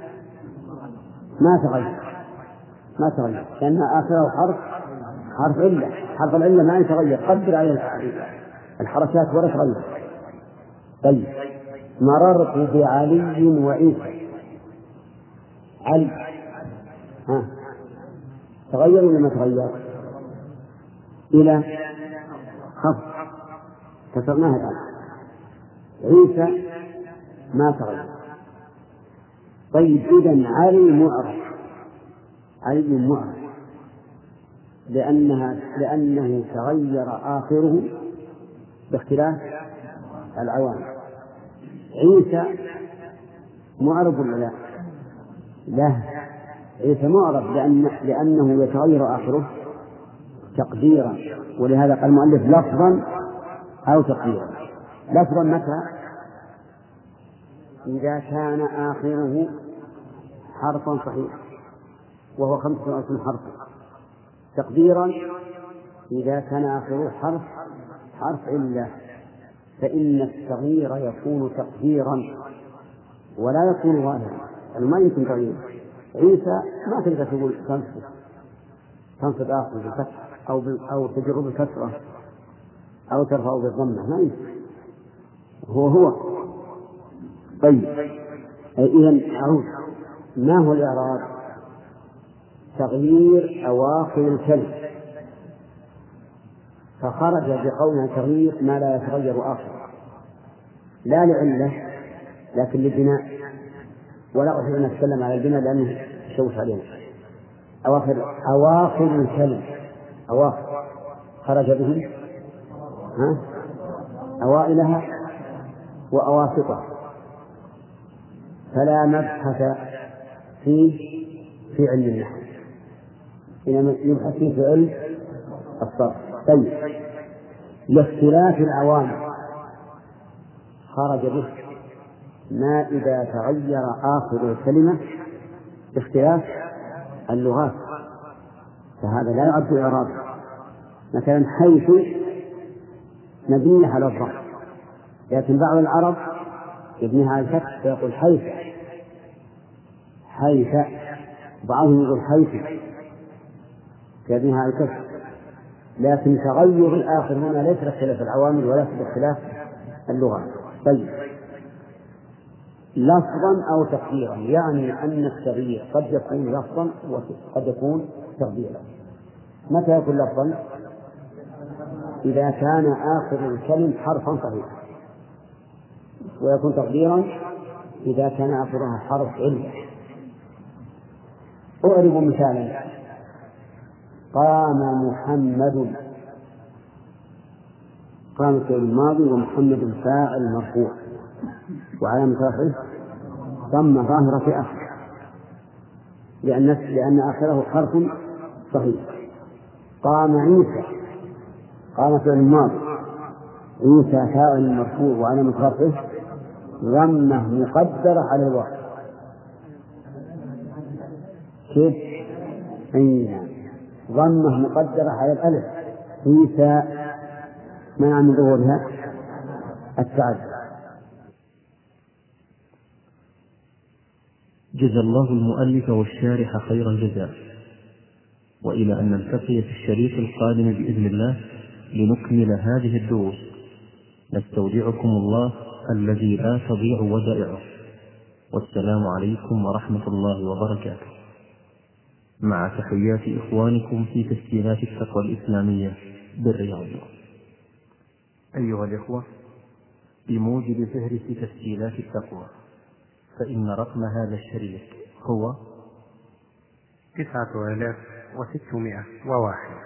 ما تغير، ما تغير لأن آخره حرف حرف علة. حرف العلة ما يتغير، قدر عليه الحركات ولا تغير. طيب مررت بعلي وعيسى. علي ها تغير ولا ما تغير؟ إلى خفض كسرناها الآن. عيسى ما تغير. طيب إذن علي معرف، علي معرف لأنها لأنه تغير آخره باختلاف العوامل. عيسى معرب ولا لا؟ لا، عيسى معرب لأن لأنه يتغير آخره تقديرا، ولهذا قال المؤلف لفظا أو تقديرا. لفظا متى؟ إذا كان آخره حرفا صحيحا وهو خمسة وعشرين حرفا. تقديرا إذا كان آخره حرف حرف علة، فإن التغيير يكون تقديرا ولا يكون ظاهرا، يعني ما يمكن تغيير. عيسى ما تقدر تقول تنصب تنصب آخر بالفتح أو أو تجر بالكسرة أو ترفع بالضمة، ما يمكن، هو هو. طيب إذن أعود، ما هو الإعراب؟ تغيير أواخر الكلمة، فخرج بقولنا تغيير ما لا يتغير آخر، لا لعلة لكن للبناء، ولا أحب أن أتكلم على البناء لأنه شوش علينا. أواخر أواخر الكلمة، أواخر خرج به ها أوائلها وأواسطها، فلا مبحث فيه في علم النحو، إنما يبحث فيه في علم الصرف. طيب لاختلاف العوامل خرج به ما إذا تغير آخر الكلمة باختلاف اللغات، فهذا لا يعد إعرابا. مثلا حيث مبنية على الضم، لكن بعض العرب يبنيها على الفتح فيقول حيث حيث، بعضهم يقول حيث يبنيها على الكسر. لكن تغير الآخر هنا ليس باختلاف العوامل ولا باختلاف اللغات. طيب، لفظا أو تقديرا، يعني أن التغيير قد يكون لفظا وقد يكون تقديرا. متى يكون لفظا؟ إذا كان آخر الكلم حرفا صحيحا، ويكون تقديرا إذا كان آخرها حرف علة. أعرب مثالا: قام محمد، قام فعل الماضي ومحمد فاعل مرفوع وعلامة رفعه ضمة ظاهرة في آخره، لأن لأن آخره حرف صحيح. قام عيسى، قام فعل الماضي، عيسى فاعل مرفوع وعلامة رفعه ضمة مقدرة على الواو. كيف؟ أي ضمة مقدرة على الألف. عيسى منع من ظهورها التعدد. جزا الله المؤلف والشارح خير الجزاء، وإلى أن نلتقي في الشريط القادم بإذن الله لنكمل هذه الدروس، نستودعكم الله الذي لا تضيع ودائعه، والسلام عليكم ورحمة الله وبركاته، مع تحيات إخوانكم في تسجيلات التقوى الإسلامية بالرياض. أيها الإخوة، بموجب فهرس تسجيلات التقوى، فإن رقم هذا الشريط هو تسعة آلاف وستمائة وواحد.